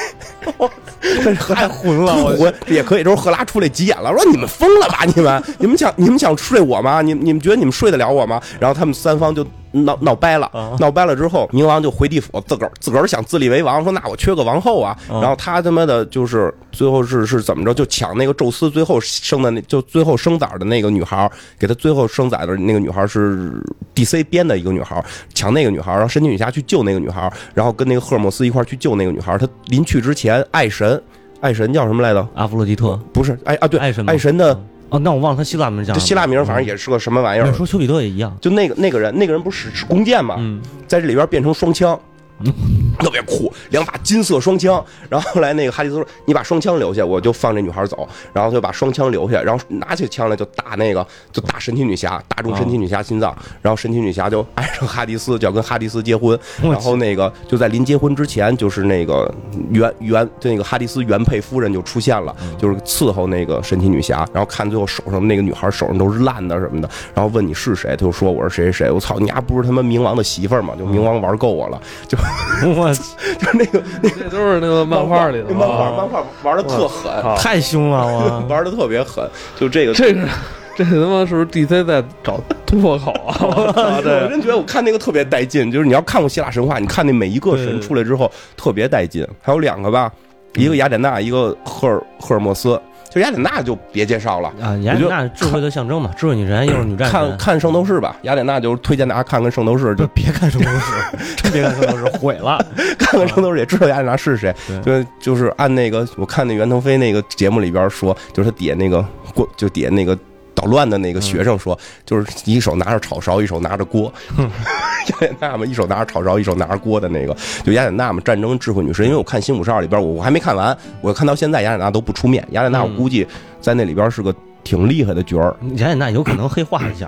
太混了， 我也可以。之后赫拉出来急眼了，说你们疯了吧？你们想睡我吗？你们觉得你们睡得了我吗？然后他们3方就闹掰了，闹掰了之后，冥王就回地府，自个儿想自立为王，说那我缺个王后啊。然后他妈的就是最后是怎么着，就抢那个宙斯最后生的最后生崽的那个女孩，给他最后生崽的那个女孩是 DC 编的一个女孩，抢那个女孩，然后神奇女侠去救那个女孩，然后跟那个赫尔墨斯一块去救那个女孩。他临去之前，爱神叫什么来着？ 阿弗洛狄特？不是， 对，爱神的。 哦，那我忘了他希腊名叫。 希腊名反正也是个什么玩意儿。 说丘比特也一样。 就那个人不是使弓箭嘛，在这里边变成双枪。特别酷，2把金色双枪。然后后来那个哈迪斯说：“你把双枪留下，我就放这女孩走。”然后他就把双枪留下，然后拿起枪来就打神奇女侠，打中神奇女侠心脏。然后神奇女侠就爱上哈迪斯，就要跟哈迪斯结婚。然后那个就在临结婚之前，就是那个那个哈迪斯原配夫人就出现了，就是伺候那个神奇女侠。然后看最后手上那个女孩手上都是烂的什么的，然后问你是谁，他就说我是谁谁谁。我操，你还不是他妈冥王的媳妇儿吗？就冥王玩够我了，就。 我就那个都是那个漫画里的漫画玩的特狠， 太凶了，我玩的特别狠。就这个他妈是不是 DC 在找突破口啊？ 我真觉得我看那个特别带劲，就是你要看过希腊神话，你看那每一个神出来之后特别带劲。还有2个吧，一个雅典娜，一个赫尔墨斯。就雅典娜就别介绍了啊，雅典娜智慧的象征嘛，智慧女神又是女战神。 看圣斗士吧，雅典娜就是推荐大家看看圣斗士，就别看圣斗士，真别看圣斗士，毁了。 看看圣斗士也知道雅典娜是谁，就是按那个我看那袁腾飞那个节目里边说，就是他底下那个就底下那个捣乱的那个学生说，就是一手拿着炒勺，一手拿着锅。雅典娜嘛，一手拿着炒勺，一手拿着锅的那个，就雅典娜嘛，战争智慧女神。因为我看新52里边，我还没看完，我看到现在雅典娜都不出面。雅典娜我估计在那里边是个挺厉害的角儿。 雅典娜有可能黑化一下，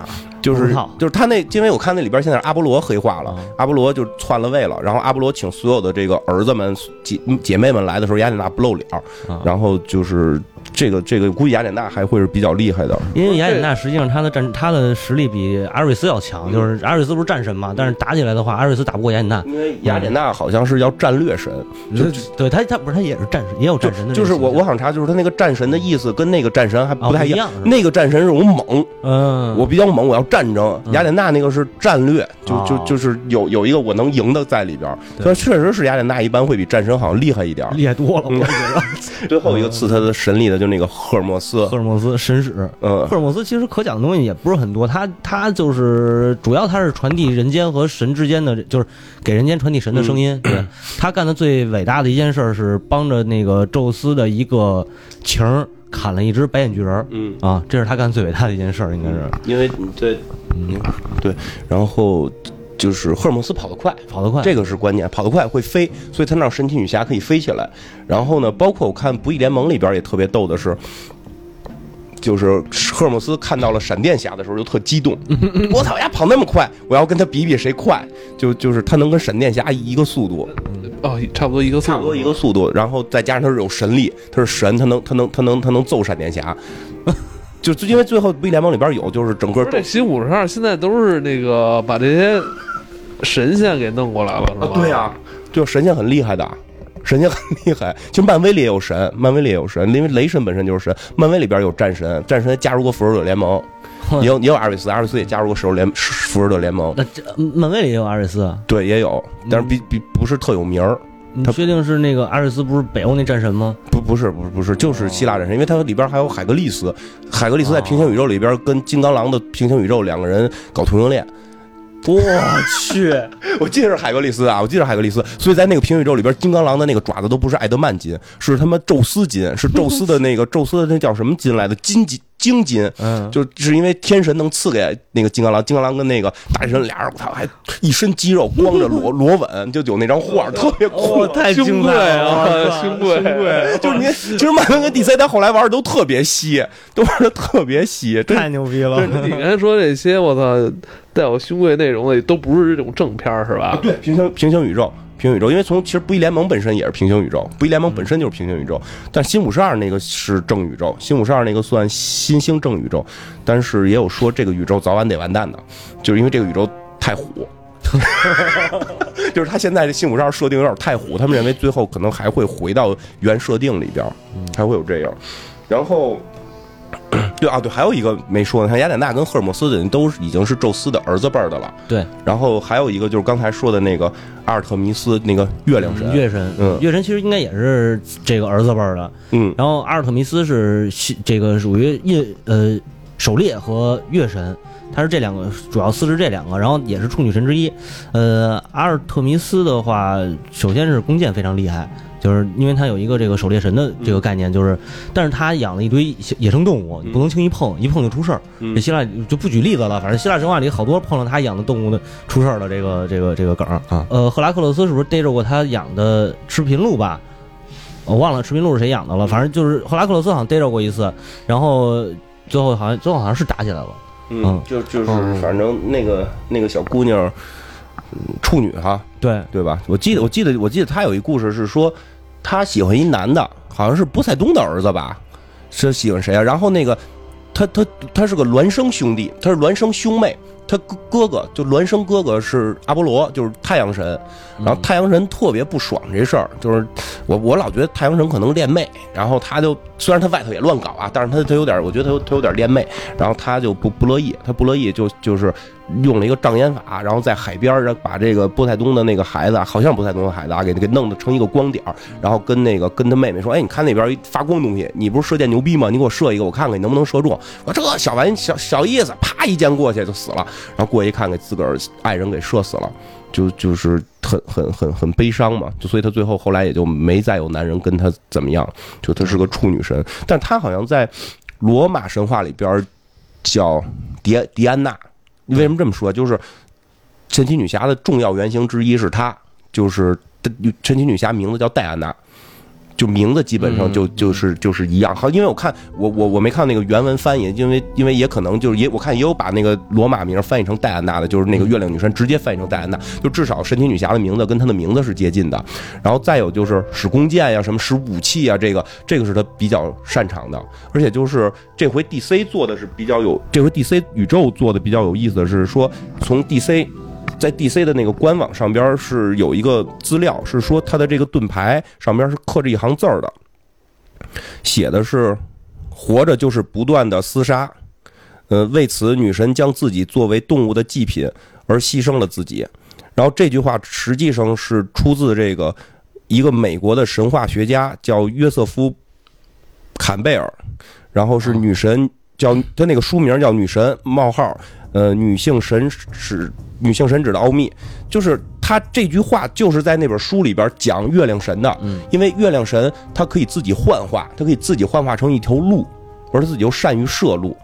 就是他那，因为我看那里边现在阿波罗黑化了，阿波罗就篡了位了，然后阿波罗请所有的这个儿子们姐妹们来的时候，雅典娜不露脸，然后就是这个估计雅典娜还会是比较厉害的， 因为雅典娜实际上她的实力比阿瑞斯要强，就是阿瑞斯不是战神嘛，但是打起来的话，阿瑞斯打不过雅典娜， 因为雅典娜好像是要战略神， 对他不是他也是战神，也有战神的， 就是我想查，就是他那个战神的意思跟那个战神还不太一样，那个战神是我猛，我比较猛，我要战争，雅典娜那个是战略，就是有一个我能赢的在里边，所以确实是雅典娜一般会比战神好像厉害一点， 厉害多了，我觉得。 最后一个赐他的神力的就那个赫尔墨斯神使，赫尔墨斯其实可讲的东西也不是很多，他就是主要他是传递人间和神之间的，就是给人间传递神的声音。对，他干的最伟大的一件事是帮着那个宙斯的一个情儿砍了一只白眼巨人。这是他干最伟大的一件事，应该是因为对，对，然后。就是赫尔墨斯跑得快，这个是关键，跑得快会飞，所以他让神奇女侠可以飞起来。然后呢，包括我看《不义联盟》里边也特别逗的是，就是赫尔墨斯看到了闪电侠的时候就特激动，我操呀，跑那么快，我要跟他比比谁快，就是他能跟闪电侠一个速度， 差不多一个速度，然后再加上他是有神力，他是神，他能揍闪电侠。就因为最后《不义联盟》里边有，就是整个这新52现在都是那个把这些神仙给弄过来了，是吧？ 对呀，就神仙很厉害的，神仙很厉害。就漫威里也有神，因为雷神本身就是神。漫威里边有战神加入过复仇者联盟，也有阿瑞斯也加入过复仇者联盟。 那漫威里也有阿瑞斯啊？ 对，也有，但是比不是特有名儿。 你确定是那个阿瑞斯不是北欧那战神吗？ 不是，就是希腊战神，因为它里边还有海格力斯在平行宇宙里边跟金刚狼的平行宇宙两个人搞同性恋。 我去， 我记得是海格力斯啊，所以在那个平行宇宙里边，金刚狼的那个爪子都不是艾德曼金，是他妈宙斯金，是宙斯的那叫什么金来的金金，就是因为天神能赐给那个金刚狼跟那个大神俩人，他还一身肌肉，光着裸吻，就有那张画，特别酷， 太精彩了， 兄贵， 就是你其实漫威跟 DC 他后来玩的都特别稀， 太牛逼了。 你刚才说这些，我操，带有兄贵内容的都不是这种正片是吧？ 对，平行宇宙，因为其实不义联盟本身也是平行宇宙，不义联盟本身就是平行宇宙，但新52那个是正宇宙，新52那个算新兴正宇宙，但是也有说这个宇宙早晚得完蛋的，就是因为这个宇宙太虎。就是他现在的新52设定有点太虎，他们认为最后可能还会回到原设定里边，还会有这样。然后对，还有一个没说呢，看雅典娜跟赫尔墨斯的人都已经是宙斯的儿子辈的了。 对， 然后还有一个就是刚才说的那个阿尔特弥斯，那个月亮神，月神其实应该也是这个儿子辈的。然后阿尔特弥斯是这个属于狩猎和月神。他是这两个主要司职这两个，然后也是处女神之一。阿尔特弥斯的话，首先是弓箭非常厉害，就是因为他有一个这个狩猎神的这个概念，就是但是他养了一堆野生动物，你不能轻易碰，一碰就出事儿。这希腊就不举例子了，反正希腊神话里好多碰了他养的动物的出事儿的这个梗啊。赫拉克勒斯是不是逮着过他养的赤贫鹿吧？我忘了赤贫鹿是谁养的了，反正就是赫拉克勒斯好像逮着过一次，然后最后好像是打起来了。 就是反正那个小姑娘，处女哈，对吧？我记得她有一故事是说，她喜欢一男的，好像是波塞冬的儿子吧，是喜欢谁啊？然后那个他是个孪生兄弟，他是孪生兄妹。他哥哥就孪生哥哥是阿波罗，就是太阳神，然后太阳神特别不爽这事儿，就是我老觉得太阳神可能恋妹，然后他就虽然他外头也乱搞啊，但是他有点，我觉得他有点恋妹，然后他就不乐意，就是用了一个障眼法，然后在海边把这个波塞冬的那个孩子，好像波塞冬的孩子啊，给弄得成一个光点，然后跟他妹妹说，哎，你看那边一发光东西，你不是射箭牛逼吗？你给我射一个，我看看你能不能射中。我这小意思，啪一箭过去就死了。然后过一看，给自个儿爱人给射死了，就是很悲伤嘛，就所以他最后来也就没再有男人跟他怎么样，就他是个处女神，但他好像在罗马神话里边叫狄安娜。为什么这么说？就是神奇女侠的重要原型之一是她，就是神奇女侠名字叫戴安娜， 就名字基本上就是一样。好，因为我看我没看那个原文翻译，因为也可能就是我看也有把那个罗马名翻译成戴安娜的，就是那个月亮女神直接翻译成戴安娜，就至少神奇女侠的名字跟她的名字是接近的。然后再有就是使弓箭呀，什么使武器啊，这个是她比较擅长的。而且就是这回 DC 做的是比较有，这回 DC 宇宙做的比较有意思的是说，从 DC。在 DC 的那个官网上边是有一个资料，是说他的这个盾牌上边是刻着一行字儿的，写的是活着就是不断的厮杀，为此女神将自己作为动物的祭品而牺牲了自己。然后这句话实际上是出自这个一个美国的神话学家叫约瑟夫·坎贝尔，然后是女神叫他那个书名叫女神冒号女性神旨的奥秘，就是他这句话就是在那本书里边讲月亮神的，因为月亮神他可以自己幻化，他可以自己幻化成一条鹿，而他自己又善于射鹿，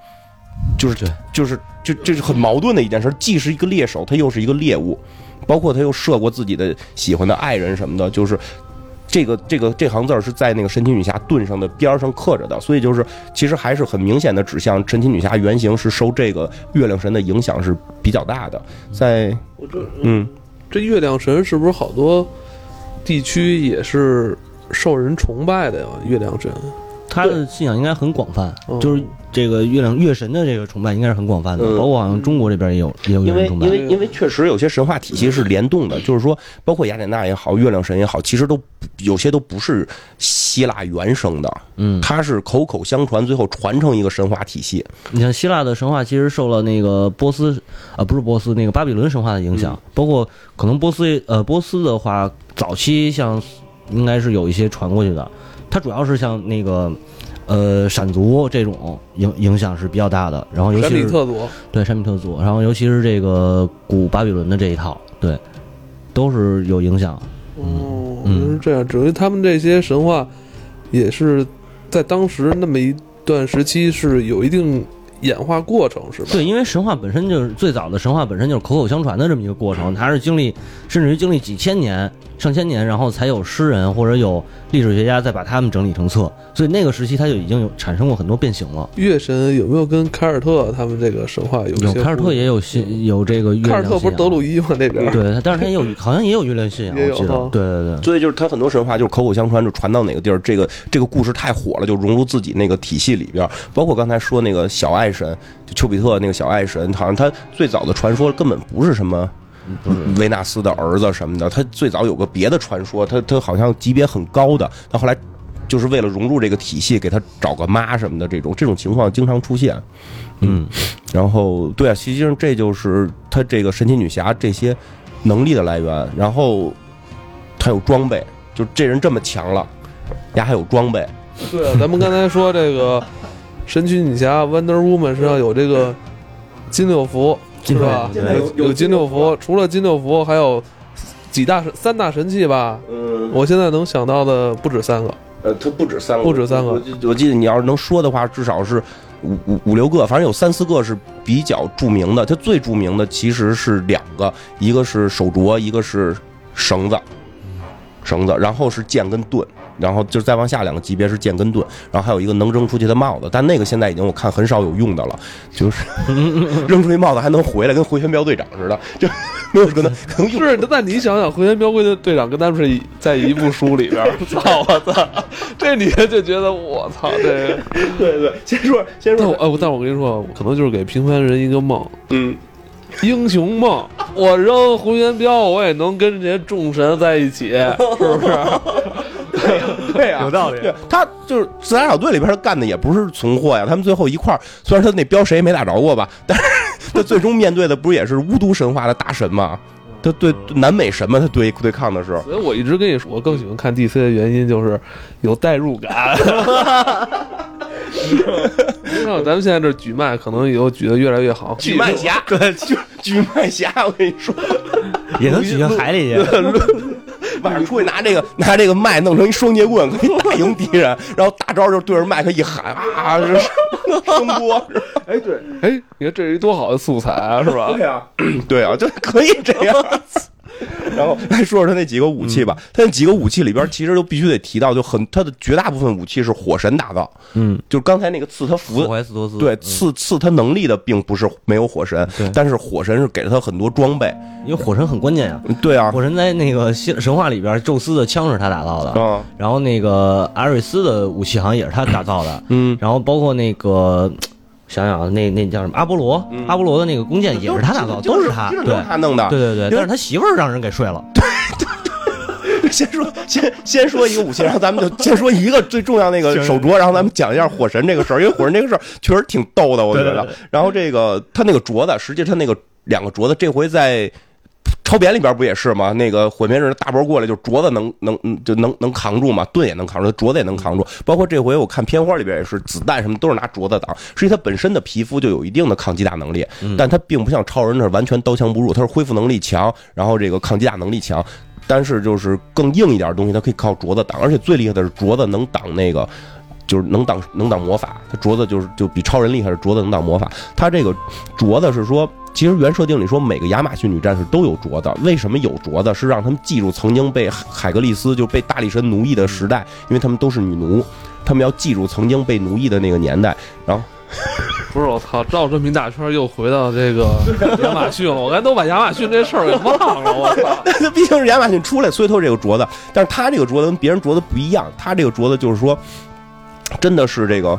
这是很矛盾的一件事，既是一个猎手，他又是一个猎物，包括他又射过自己的喜欢的爱人什么的，就是。这行字是在那个神奇女侠盾上的边上刻着的，所以就是其实还是很明显的指向神奇女侠原型是受这个月亮神的影响是比较大的。在这月亮神是不是好多地区也是受人崇拜的呀？月亮神， 他的信仰应该很广泛，就是这个月神的这个崇拜应该是很广泛的，包括好像中国这边也有人崇拜。 因为确实有些神话体系是联动的，就是说包括雅典娜也好，月亮神也好，其实有些都不是希腊原生的，它是口口相传，最后传承一个神话体系。 你看希腊的神话其实受了那个不是波斯那个巴比伦神话的影响，包括可能波斯的话，早期像应该是有一些传过去的，它主要是像那个。闪族这种影响是比较大的，然后尤其是闪米特族， 对闪米特族，然后尤其是这个古巴比伦的这一套，对，都是有影响。 是这样，至于他们这些神话，也是在当时那么一段时期是有一定演化过程，是吧？ 对，因为神话本身就是最早的神话本身就是口口相传的这么一个过程，它是甚至于经历几千年、上千年，然后才有诗人或者有历史学家再把它们整理成册，所以那个时期它就已经产生过很多变形了。 月神有没有跟凯尔特他们这个神话有凯尔特也有这个月亮信仰？凯尔特不是德鲁伊吗？那边对，但是他好像也有月亮信仰，我记得。对， 所以就是他很多神话就是口口相传，就传到哪个地儿，这个故事太火了，就融入自己那个体系里边。包括刚才说那个小爱神，就丘比特那个小爱神，好像他最早的传说根本不是什么。维纳斯的儿子什么的，他最早有个别的传说，他好像级别很高的，他后来就是为了融入这个体系，给他找个妈什么的，这种情况经常出现。然后对啊，实际上这就是他这个神奇女侠这些能力的来源。然后他有装备，就这人这么强了，丫还有装备。 对啊，咱们刚才说这个神奇女侠 Wonder Woman 身上有这个金六福。是吧？有金六福，除了金六福，还有三大神器吧？我现在能想到的不止3个。 它不止3个， 不止3个。 我记得你要是能说的话，至少是五六个，反正有3、4个是比较著名的。它最著名的其实是2个，一个是手镯，一个是绳子，然后是剑跟盾。然后就是再往下2个级别是剑跟盾，然后还有一个能扔出去的帽子，但那个现在已经我看很少有用的了，就是扔出去帽子还能回来，跟回旋镖队长似的，就没有可能用。 是，但你想想，回旋镖队长跟他们是在一部书里边，操我操，这你就觉得我操这个， 对，先说， 但我跟你说，可能就是给平凡人一个梦，英雄梦，我扔回旋镖，我也能跟这些众神在一起，是不是？ 对啊， 有道理。 他就是自杀小队里边干的也不是从货呀，他们最后一块儿，虽然他那镖谁也没打着过吧，但是他最终面对的不是也是巫毒神话的大神吗？他对南美神嘛，他对抗的是。 所以我一直跟你说，我更喜欢看 DC 的原因就是有代入感。你看咱们现在这举麦，可能以后举得越来越好。 举麦侠，对，举麦侠，我跟你说， 也能举进海里去。 晚上出去拿这个麦弄成一双截棍，可以打赢敌人，然后大招就对着麦克一喊啊，声波。 对，你看这是一多好的素材啊，是吧？ 对啊，就可以这样。 然后来说说他那几个武器吧，他那几个武器里边其实就必须得提到，就他的绝大部分武器是火神打造，就是刚才那个赐他符， 怀斯托斯， 对，赐他能力的并不是没有火神，但是火神是给了他很多装备， 因为火神很关键呀。 对啊， 火神在那个神话里边，宙斯的枪是他打造的，然后那个阿瑞斯的武器好像也是他打造的，然后包括那个。想想那叫什么阿波罗，阿波罗的那个弓箭也是他打造，都是他，对， 他弄的， 对。但是他媳妇儿让人给睡了。 对，先说一个武器，然后咱们就先说一个最重要那个手镯，然后咱们讲一下火神这个事儿，因为火神这个事儿确实挺逗的，我觉得。然后这个他那个镯子，实际他那个2个镯子，这回在超扁里边不也是吗？那个毁灭日大波过来，就镯子能扛住嘛，盾也能扛住，镯子也能扛住。包括这回我看片花里边也是，子弹什么都是拿镯子挡。实际他本身的皮肤就有一定的抗击打能力，但他并不像超人那完全刀枪不入，他是恢复能力强，然后这个抗击打能力强。但是就是更硬一点的东西，它可以靠镯子挡，而且最厉害的是镯子能挡那个。就是能挡魔法，他镯子就比超人厉害，是镯子能挡魔法。他这个镯子是说，其实原设定里说每个亚马逊女战士都有镯子，为什么有镯子？是让他们记住曾经被海格力斯就被大力神奴役的时代，因为他们都是女奴，他们要记住曾经被奴役的那个年代。然后不是我操，绕这么一大圈又回到这个亚马逊了，我刚才都把亚马逊这事儿给忘了，我操！ 那毕竟是亚马逊出来，所以他有这个镯子，但是他这个镯子跟别人镯子不一样，他这个镯子就是说。真的是这个，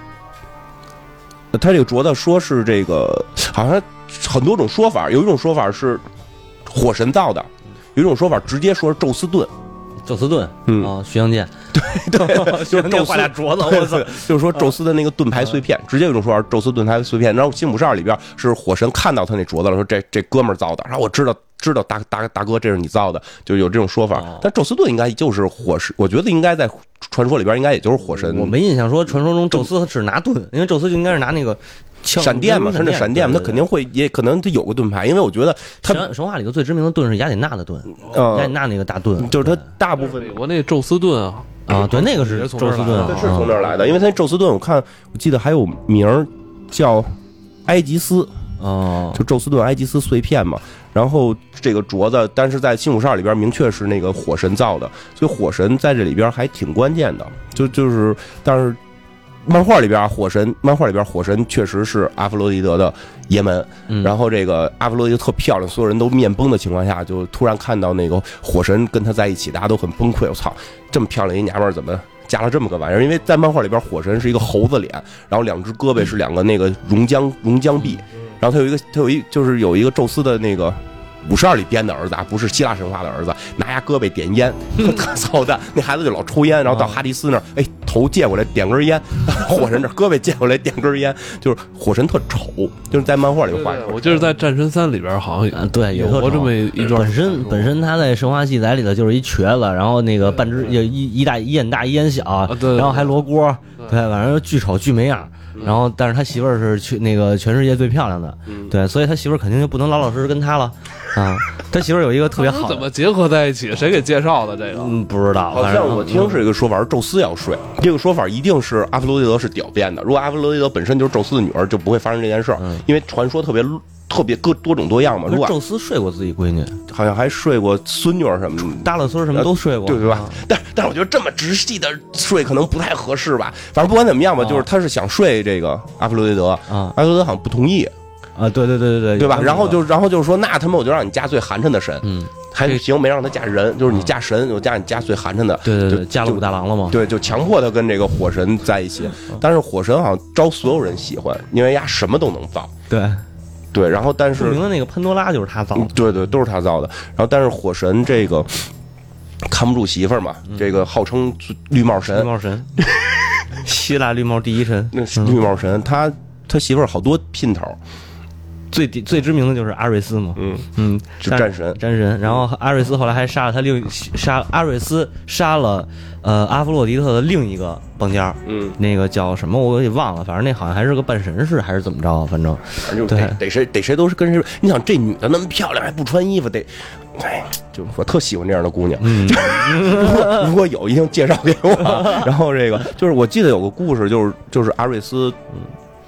他这个镯子说是这个，好像很多种说法，有一种说法是火神造的，有一种说法直接说是宙斯盾， 徐阳剑， 对，就是宙斯画俩镯子，我操， 就是说宙斯的那个盾牌碎片，直接有一种说法是宙斯盾牌碎片。然后辛普12里边是火神看到他那镯子了，说这哥们儿造的，然后我知道大哥这是你造的，就有这种说法。但宙斯盾应该就是火神，我觉得应该在传说里边应该也就是火神。 我没印象说传说中宙斯是拿盾，因为宙斯就应该是拿那个闪电嘛，他那闪电嘛，他肯定会，也可能他有个盾牌，因为我觉得他神话里头最知名的盾是雅典娜的盾，雅典娜那个大盾， 就是他大部分美国那宙斯盾啊，对，那个是宙斯盾， 是从这儿来的，因为他宙斯盾我记得还有名叫埃吉斯。就宙斯盾埃吉斯碎片嘛，然后这个镯子，但是在辛普12里边明确是那个火神造的，所以火神在这里边还挺关键的。就是但是漫画里边火神确实是阿弗洛狄德的爷们，然后这个阿弗洛狄德特漂亮，所有人都面崩的情况下，就突然看到那个火神跟他在一起，大家都很崩溃。我操，这么漂亮一娘们儿怎么加了这么个玩意儿？因为在漫画里边火神是一个猴子脸，然后2只胳膊是2个那个熔浆臂。然后他有一个宙斯的那个52里编的儿子啊，不是希腊神话的儿子，拿牙胳膊点烟，特操蛋。那孩子就老抽烟，然后到哈迪斯那儿，哎，头借过来点根烟，火神这胳膊借过来点根烟，就是火神特丑，就是在漫画里画。 我记得在战神3里边好像对有过这么一段。 本身他在神话记载里头就是一瘸子，然后那个半只一眼大一眼小，然后还罗锅，对，反正巨丑巨没样。然后，但是他媳妇儿是全世界最漂亮的，对，所以他媳妇儿肯定就不能老老实实跟他了啊。他媳妇儿有一个特别好的， 怎么结合在一起？谁给介绍的这个？ 不知道。 好像我听是一个说法，是宙斯要睡。这个说法一定是阿弗洛狄德是屌编的。如果阿弗洛狄德本身就是宙斯的女儿，就不会发生这件事儿，因为传说特别多种多样嘛。如果宙斯睡过自己闺女， 好像还睡过孙女什么的， 大乐孙什么都睡过， 对吧？但是我觉得这么直系的睡可能不太合适吧。反正不管怎么样吧，就是他是想睡这个阿弗洛狄德，阿弗洛狄德好像不同意啊。对吧？然后就是说，那他们我就让你嫁最寒碜的神，还行，没让他嫁人，就是你嫁神，我嫁你嫁最寒碜的， 对，嫁了武大郎了吗？ 对，就强迫他跟这个火神在一起。但是火神好像招所有人喜欢，因为呀什么都能造。对，然后但是著名的那个潘多拉就是他造的， 对，都是他造的。然后但是火神这个看不住媳妇儿嘛，这个号称绿帽神， 希腊绿帽第一神， 那绿帽神，他媳妇儿好多姘头。 最知名的就是阿瑞斯嘛， 就战神， 然后阿瑞斯后来还阿瑞斯杀了阿弗洛狄特的另一个帮家，那个叫什么我给忘了，反正那好像还是个半神士还是怎么着，反正逮谁都是跟谁。你想这女的那么漂亮还不穿衣服，就我特喜欢这样的姑娘，如果有一定介绍给我。然后这个就是我记得有个故事，就是阿瑞斯。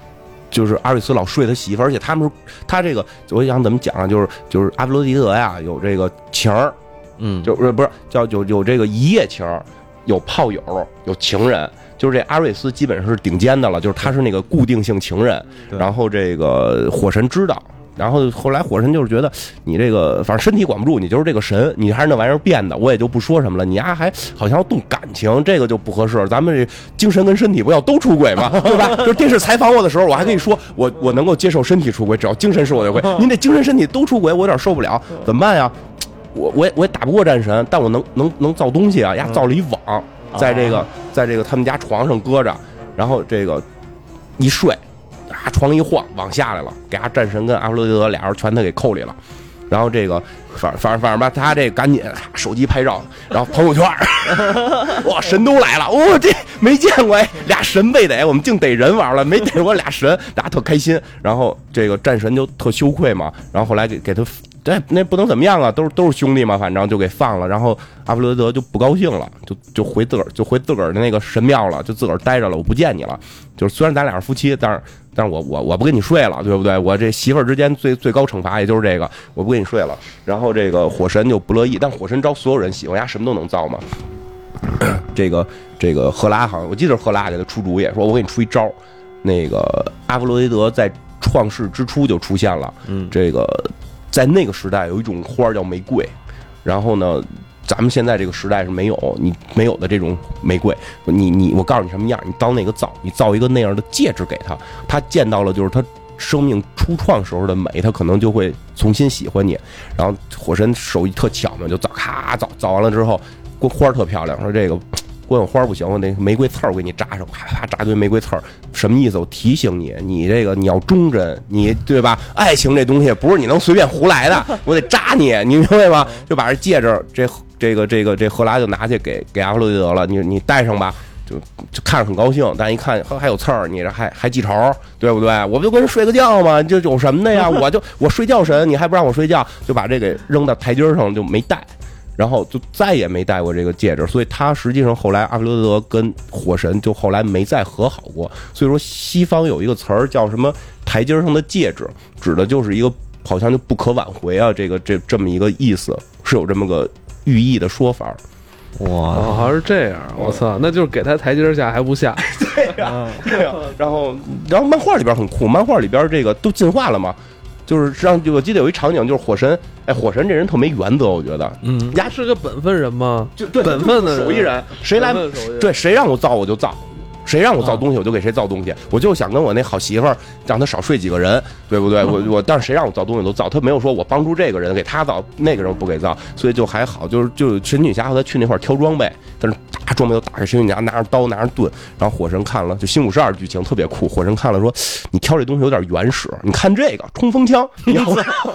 就是阿瑞斯老睡他媳妇儿，而且他这个我想怎么讲啊，就是阿弗罗狄德呀有这个情儿，就是不是叫有这个一夜情，有炮友，有情人。就是这阿瑞斯基本上是顶尖的了，就是他是那个固定性情人，然后这个火神知道，然后后来火神就是觉得你这个反正身体管不住，你就是这个神，你还是那玩意儿变的，我也就不说什么了。你丫还好像要动感情，这个就不合适。咱们这精神跟身体不要都出轨嘛，对吧？就是电视采访我的时候，我还可以说我能够接受身体出轨，只要精神是我的轨。您这精神身体都出轨，我有点受不了，怎么办呀？我也打不过战神，但我能造东西啊！丫造了一网。在这个他们家床上搁着，然后这个一睡，床一晃，网下来了，给战神跟阿弗罗狄德俩人全他给扣里了。然后这个反正吧，他这赶紧手机拍照，然后朋友圈，哇，神都来了，这没见过哎，俩神被逮，我们净逮人玩了，没逮过俩神，俩特开心。然后这个战神就特羞愧嘛，然后后来给他。那不能怎么样啊，都是兄弟嘛，反正就给放了。然后阿弗罗狄德就不高兴了，就回自个儿的那个神庙了，就自个儿待着了，我不见你了。就是虽然咱俩是夫妻，但是我不跟你睡了，对不对？我这媳妇儿之间最高惩罚也就是这个，我不跟你睡了。然后这个火神就不乐意，但火神招所有人喜欢，什么都能造嘛。这个赫拉好像我记得是赫拉给他出主意，说我给你出一招。那个阿弗罗狄德在创世之初就出现了，这个。在那个时代有一种花叫玫瑰，然后呢，咱们现在这个时代是没有你没有的这种玫瑰。我告诉你什么样，你到那个造，你造一个那样的戒指给他，他见到了就是他生命初创时候的美，他可能就会重新喜欢你。然后火神手艺特巧嘛，就造完了之后，花特漂亮，说这个。光有花不行，我那玫瑰刺儿我给你扎上，啪啪扎堆玫瑰刺儿，什么意思？我提醒你，你这个你要忠贞，你对吧？爱情这东西不是你能随便胡来的，我得扎你，你明白吗？就把这戒指，这赫拉就拿去给阿弗罗狄德了，你戴上吧，就看着很高兴，但一看还有刺儿，你这还记仇，对不对？我不就跟人睡个觉吗？这有什么的呀？我睡觉神，你还不让我睡觉，就把这给扔到台阶上就没戴。然后就再也没戴过这个戒指，所以他实际上后来阿弗罗狄德跟火神就后来没再和好过。所以说西方有一个词儿叫什么台阶上的戒指，指的就是一个好像就不可挽回啊，这么一个意思，是有这么个寓意的说法。 哇，好像是这样，我操，那就是给他台阶下还不下。 对呀，对呀。然后漫画里边很酷，漫画里边这个都进化了嘛。就是我记得有一场景，就是火神这人特没原则，我觉得， 丫是个本分人吗？ 就对， 本分的手艺人，谁来对谁让我造我就造，谁让我造东西我就给谁造东西，我就想跟我那好媳妇儿让她少睡几个人，对不对？我但是谁让我造东西都造，他没有说我帮助这个人给他造，那个人不给造，所以就还好，就神女侠和他去那块挑装备，但是大装备都打开，神女侠拿着刀拿着盾，然后火神看了，就新52剧情特别酷，火神看了说你挑这东西有点原始，你看这个冲锋枪，你要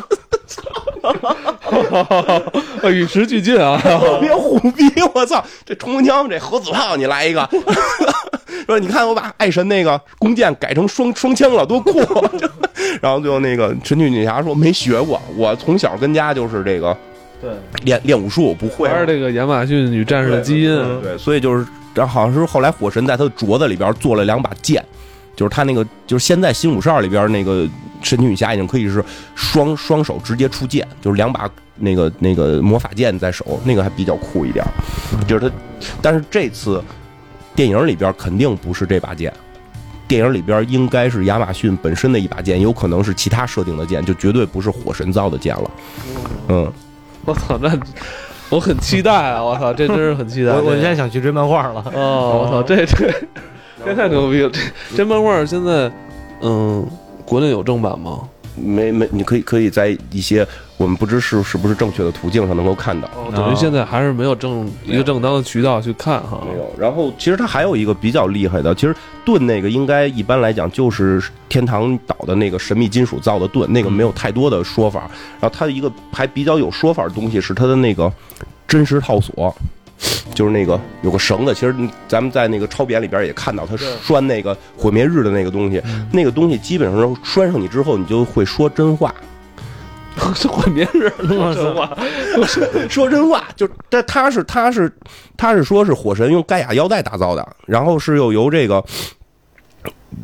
与时俱进啊！ 别虎逼！我操，这冲锋枪，这核子炮，你来一个。说你看我把爱神那个弓箭改成双枪了，多酷！然后最后那个神女侠说没学过，我从小跟家就是这个，对，练武术不会， 还是这个亚马逊女战士的基因， 对，所以就是，然后好像是后来火神在他的镯子里边做了2把剑。就是他那个，就是现在新52里边那个神奇女侠已经可以是双手直接出剑，就是2把那个魔法剑在手，那个还比较酷一点。就是他，但是这次电影里边肯定不是这把剑，电影里边应该是亚马逊本身的一把剑，有可能是其他设定的剑，就绝对不是火神造的剑了。 我操，那我很期待啊！我操，这真是很期待。 我现在想去追漫画了。 哦，我操，这太牛逼了！这漫画现在，国内有正版吗？ 没，你可以在一些我们不知是不是正确的途径上能够看到。 等于现在还是没有一个正当的渠道去看哈。 没有。然后其实它还有一个比较厉害的，其实盾那个应该一般来讲就是天堂岛的那个神秘金属造的盾，那个没有太多的说法。然后它一个还比较有说法的东西是它的那个真实套索。就是那个有个绳子，其实咱们在那个超扁里边也看到，他拴那个毁灭日的那个东西，那个东西基本上拴上你之后，你就会说真话。 是毁灭日说真话， 说真话，就他是说是火神用盖亚腰带打造的，然后是又由这个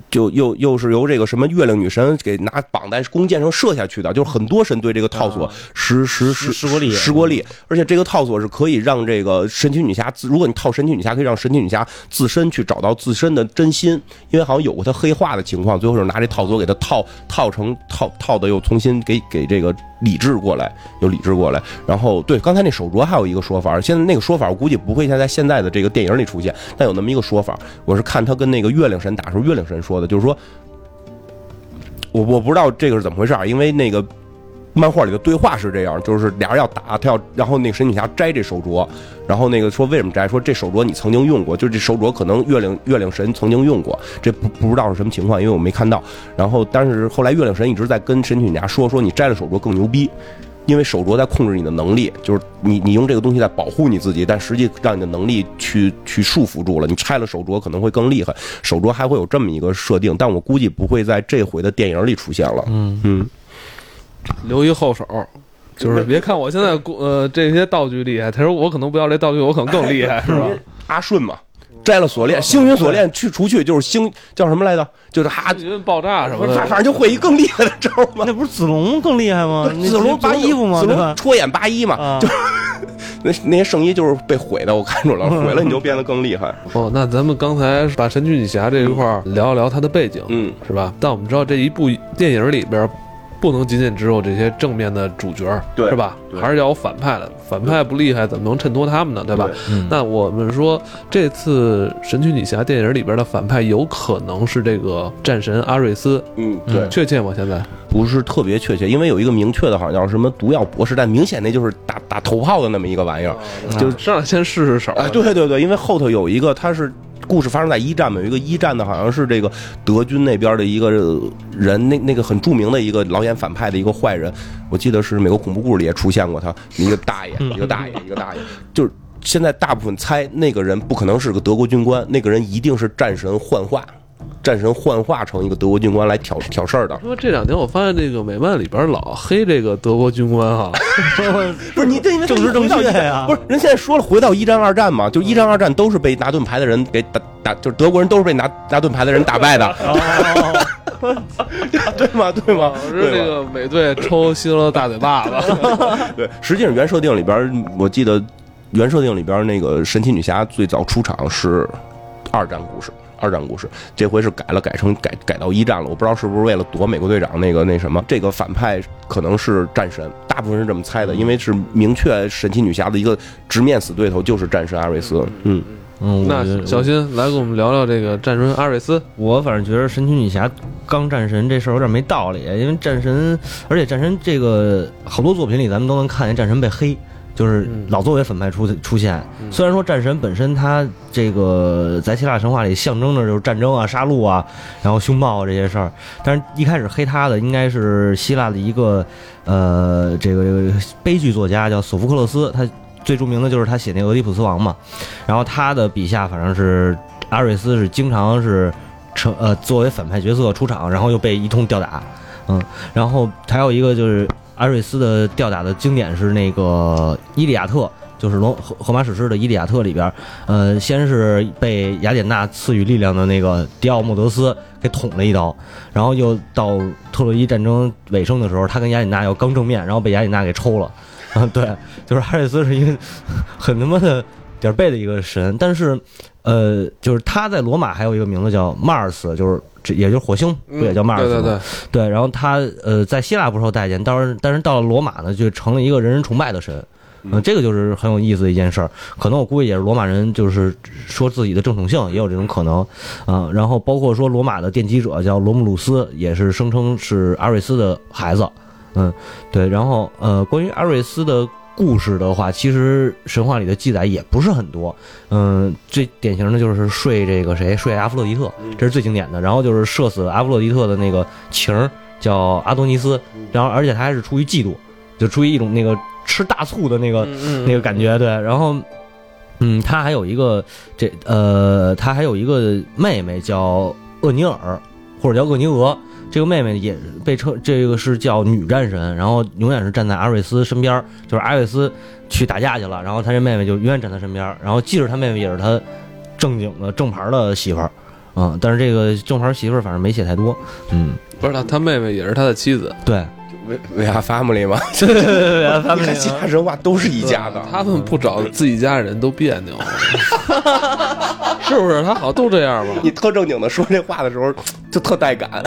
就又是由这个什么月亮女神给拿绑在弓箭上射下去的，就是很多神对这个套索施过力，而且这个套索是可以让这个神奇女侠如果你套神奇女侠，可以让神奇女侠自身去找到自身的真心，因为好像有过她黑化的情况，最后就是拿这套索给她套的又重新给这个理智过来。然后对刚才那手镯还有一个说法，现在那个说法我估计不会在现在的这个电影里出现，但有那么一个说法，我是看他跟那个月亮神打的时候，月亮神说的，就是说我不知道这个是怎么回事，因为那个漫画里的对话是这样，就是俩人要打，然后那个神女侠摘这手镯，然后那个说为什么摘，说这手镯你曾经用过，就这手镯可能月亮神曾经用过，这不知道是什么情况，因为我没看到。然后但是后来月亮神一直在跟神女侠说你摘了手镯更牛逼，因为手镯在控制你的能力，就是你用这个东西在保护你自己，但实际让你的能力去束缚住了。你拆了手镯可能会更厉害，手镯还会有这么一个设定，但我估计不会在这回的电影里出现了。 留一后手，就是别看我现在这些道具厉害，他说我可能不要这道具，我可能更厉害，是吧？ 阿顺嘛。摘了锁链，星云锁链除去就是叫什么来着？就是星云爆炸什么的， 反正就会一更厉害的招嘛。 那不是子龙更厉害吗？ 子龙拔衣服吗？ 子龙戳眼拔衣嘛，就是那些圣衣就是被毁的，我看出来了，毁了你就变得更厉害。 哦，那咱们刚才把神奇女侠这一块聊一聊她的背景，是吧？但我们知道这一部电影里边不能仅仅只有这些正面的主角，是吧？还是要有反派的，反派不厉害怎么能衬托他们呢？对吧？那我们说这次神奇女侠电影里边的反派有可能是这个战神阿瑞斯， 对， 确切吗？现在不是特别确切，因为有一个明确的，好像什么毒药博士，但明显那就是打头炮的那么一个玩意儿，就上来先试手。 对，因为后头有一个他是。故事发生在一战嘛，有一个一战的，好像是这个德军那边的一个人，那个很著名的一个老演反派的一个坏人，我记得是美国恐怖故事里也出现过他，一个大爷，就是现在大部分猜那个人不可能是个德国军官，那个人一定是战神幻化成一个德国军官来挑事儿的。 说这两天我发现这个美漫里边老黑这个德国军官哈， 不是你这因为政治正确呀， 不是人现在说了回到一战二战嘛，就一战二战都是被拿盾牌的人给打，就是德国人都是被拿盾牌的人打败的。对吗？ 是这个美队抽希特勒大嘴巴子。 对，实际上原设定里边，我记得原设定里边那个神奇女侠最早出场是二战故事，这回是改到一战了。我不知道是不是为了躲美国队长那什么，这个反派可能是战神，大部分是这么猜的，因为是明确神奇女侠的一个直面死对头就是战神阿瑞斯。 那小新来跟我们聊聊这个战神阿瑞斯。 我反正觉得神奇女侠刚战神这事儿有点没道理，因为战神，而且战神这个好多作品里咱们都能看见战神被黑。就是老作为反派出现，虽然说战神本身他这个在希腊神话里象征着就是战争啊、杀戮啊，然后凶暴啊这些事儿，但是一开始黑他的应该是希腊的一个这个悲剧作家叫索福克勒斯，他最著名的就是他写那个俄狄浦斯王嘛，然后他的笔下反正是阿瑞斯是经常是作为反派角色出场，然后又被一通吊打，然后还有一个就是阿瑞斯的吊打的经典是那个伊利亚特，就是荷马史诗的伊利亚特里边，先是被雅典娜赐予力量的那个迪奥莫德斯给捅了一刀，然后又到特洛伊战争尾声的时候，他跟雅典娜要刚正面，然后被雅典娜给抽了。对，就是阿瑞斯是一个很他妈的点背的一个神，但是就是他在罗马还有一个名字叫马尔斯，就是也就是火星，不也叫马尔斯吗？对，然后他在希腊不受待见，但是到了罗马呢，就成了一个人人崇拜的神。这个就是很有意思的一件事儿，可能我估计也是罗马人就是说自己的正统性也有这种可能啊。然后包括说罗马的奠基者叫罗姆鲁斯，也是声称是阿瑞斯的孩子。对，然后关于阿瑞斯的故事的话，其实神话里的记载也不是很多。最典型的就是睡阿弗洛狄特，这是最经典的。然后就是射死阿弗洛狄特的那个情儿叫阿多尼斯，然后而且他还是出于嫉妒，就出于一种那个吃大醋的那个感觉。对，然后他还有一个他还有一个妹妹叫厄尼尔，或者叫厄尼俄。这个妹妹也被称这个是叫女战神，然后永远是站在阿瑞斯身边，就是阿瑞斯去打架去了，然后他这妹妹就永远站他身边，然后即使他妹妹也是他正经的正牌的媳妇儿。 但是这个正牌媳妇儿反正没写太多。 不是他妹妹也是他的妻子。 对。 维亚 family 吗？你看希腊神话都是一家的， 他们不找自己家人都别扭，是不是？他好像都这样吧？ 你特正经的说这话的时候，就特带感。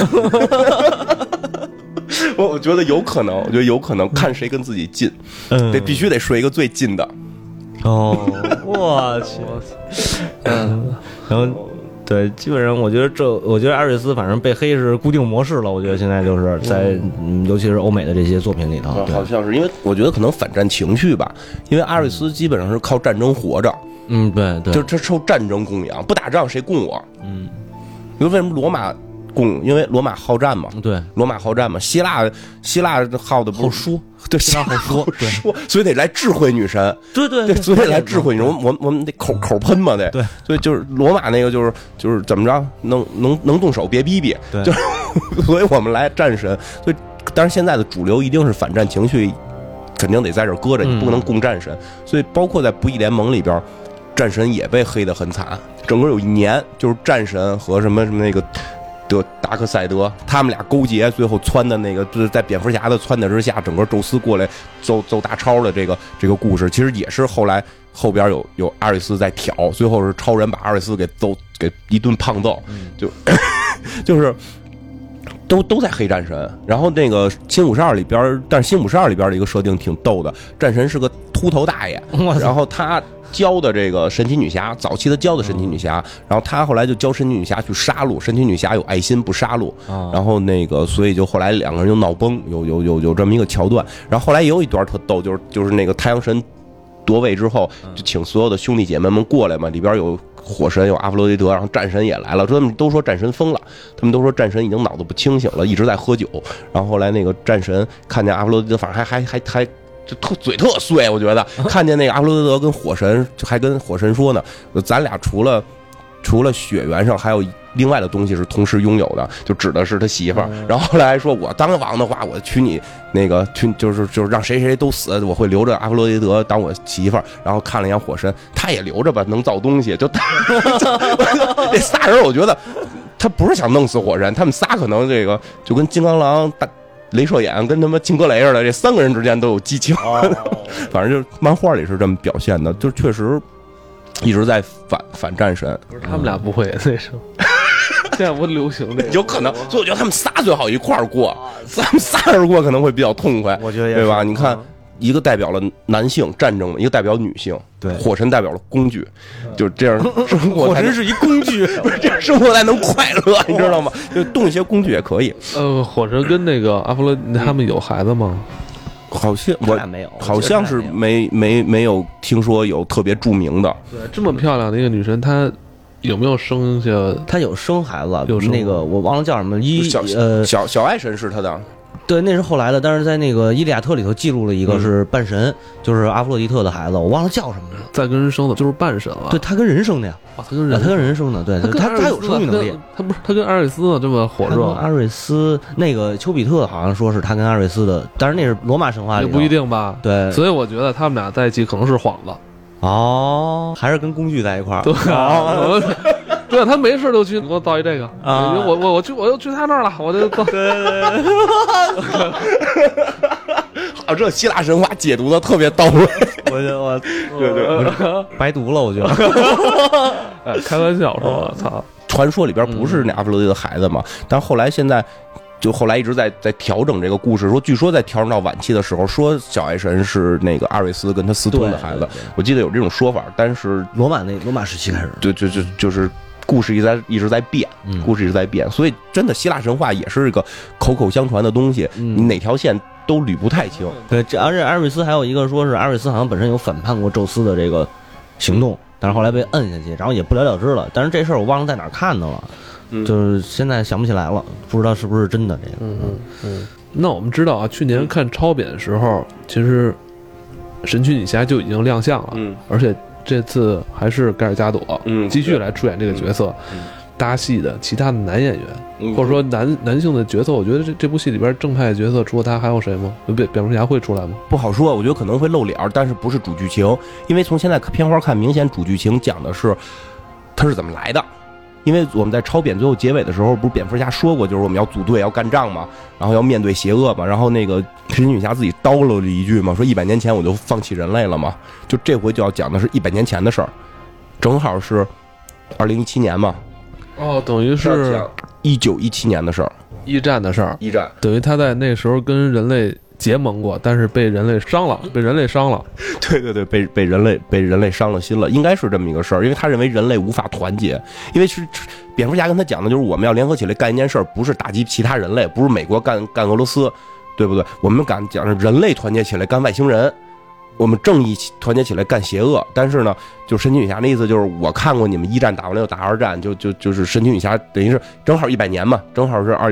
我觉得有可能，我觉得有可能看谁跟自己近，必须得睡一个最近的。 哦，我去，然后。对，基本上我觉得阿瑞斯反正被黑是固定模式了。我觉得现在就是在，尤其是欧美的这些作品里头， 好像是因为我觉得可能反战情绪吧，因为阿瑞斯基本上是靠战争活着， 对， 就是他受战争供养，不打仗谁供我？因为为什么罗马供？因为罗马好战嘛， 对， 罗马好战嘛，希腊好的不是好说。 对，希腊好说，所以得来智慧女神， 对， 所以得来智慧女神。我们得口喷嘛，得， 对， 所以就是罗马那个就是怎么着，能动手别逼逼， 对， 就是所以我们来战神。所以，但是现在的主流一定是反战情绪，肯定得在这搁着，你不能供战神。所以包括在不义联盟里边，战神也被黑得很惨，整个有1年就是战神和什么那个。达克赛德他们俩勾结，最后窜的那个就是在蝙蝠侠的撺掇之下，整个宙斯过来揍大超的这个故事，其实也是后来后边有阿瑞斯在挑，最后是超人把阿瑞斯给一顿胖揍，就是都在黑战神。然后那个新52里边，但是新52里边的一个设定挺逗的，战神是个秃头大爷，然后他教的这个神奇女侠，早期的教的神奇女侠，然后他后来就教神奇女侠去杀戮，神奇女侠有爱心不杀戮，然后那个所以就后来两个人就闹崩，有这么一个桥段。然后后来也有一段特逗，就是那个太阳神夺位之后，就请所有的兄弟姐妹们过来嘛，里边有火神，有阿弗洛狄德，然后战神也来了，他们都说战神疯了，他们都说战神已经脑子不清醒了，一直在喝酒。然后后来那个战神看见阿弗洛狄德，反正还就嘴特碎，我觉得看见那个阿弗洛狄德跟火神，还跟火神说呢，咱俩除了血缘上还有另外的东西是同时拥有的，就指的是他媳妇儿。然后后来还说，我当王的话，我娶你那个就是让谁都死，我会留着阿弗洛狄德当我媳妇儿。然后看了一眼火神，他也留着吧，能造东西。就这仨人，我觉得他不是想弄死火神，他们仨可能这个就跟金刚狼镭射眼跟他妈金格雷似的，这3个人之间都有激情。反正就是漫画里是这么表现的，就确实一直在反战神。 不是他们俩不会那什么。现在不流行这个， 有可能，所以我觉得他们仨最好一块儿过，咱们仨人过可能会比较痛快， 我觉得也对吧？你看，一个代表了男性战争，一个代表女性， 对， 火神代表了工具，就是这样生活。 火神是一工具， 不是这样生活才能快乐，你知道吗？就动一些工具也可以。 火神跟那个阿弗洛他们有孩子吗？ 好像我没有， 好像是没有听说有特别著名的。 对，这么漂亮的一个女神，她有没有生下？ 她有生孩子， 有那个我忘了叫什么小爱神是她的。 对，那是后来的，但是在那个《伊利亚特》里头记录了一个是半神，就是阿弗洛狄特的孩子，我忘了叫什么了。 再跟人生的就是半神了。 对，他跟人生的呀， 他跟人生的，对，他有生育能力。 他跟阿瑞斯这么火热。 阿瑞斯那个丘比特好像说是他跟阿瑞斯的，但是那是罗马神话里。 也不一定吧？ 对， 所以我觉得他们俩在一起可能是幌子。 哦，还是跟工具在一块儿。 对对，他没事就去给我造一这个啊！我又去他那儿了，我就造。对。 好，这希腊神话解读的特别到位。 我对， 白读了，我觉得。 哎，开玩笑说，操！ 传说里边不是那阿弗洛狄的孩子嘛？但后来现在。就后来一直在调整这个故事，据说在调整到晚期的时候，说小爱神是那个阿瑞斯跟他私通的孩子，我记得有这种说法，但是罗马时期开始， 对，就是故事一直在变，故事一直在变，所以真的希腊神话也是一个口口相传的东西，你哪条线都捋不太清。 对，而且阿瑞斯还有一个说是阿瑞斯好像本身有反叛过宙斯的这个行动，但是后来被摁下去，然后也不了了之了。但是这事儿我忘了在哪儿看的了。就是现在想不起来了，不知道是不是真的这个。 那我们知道啊，去年看超扁的时候，其实神奇女侠就已经亮相了，而且这次还是盖尔加朵，继续来出演这个角色，搭戏的其他的男演员，或者说男性的角色，我觉得这部戏里边正派角色除了他还有谁吗？蝙蝠侠会出来吗？ 不好说，我觉得可能会露脸，但是不是主剧情，因为从现在片花看，明显主剧情讲的是他是怎么来的。 因为我们在超扁最后结尾的时候，不是蝙蝠侠说过，就是我们要组队要干仗嘛，然后要面对邪恶嘛，然后那个神奇女侠自己叨唠了一句嘛，说100年前我就放弃人类了嘛，就这回就要讲的是100年前的事儿，正好是2017年嘛。 哦，等于是 1917年的事儿， 一战的事儿。 一战等于他在那时候跟人类结盟过，但是被人类伤了，被人类伤了。 对对对，被人类伤了心了，应该是这么一个事儿，因为他认为人类无法团结，因为是蝙蝠侠跟他讲的就是我们要联合起来干一件事儿，不是打击其他人类，不是美国干俄罗斯，对不对？我们敢讲是人类团结起来干外星人。我们正义团结起来干邪恶，但是呢，就神奇女侠的意思就是，我看过你们一战打完了又打二战，就是神奇女侠等于是正好100年嘛，正好是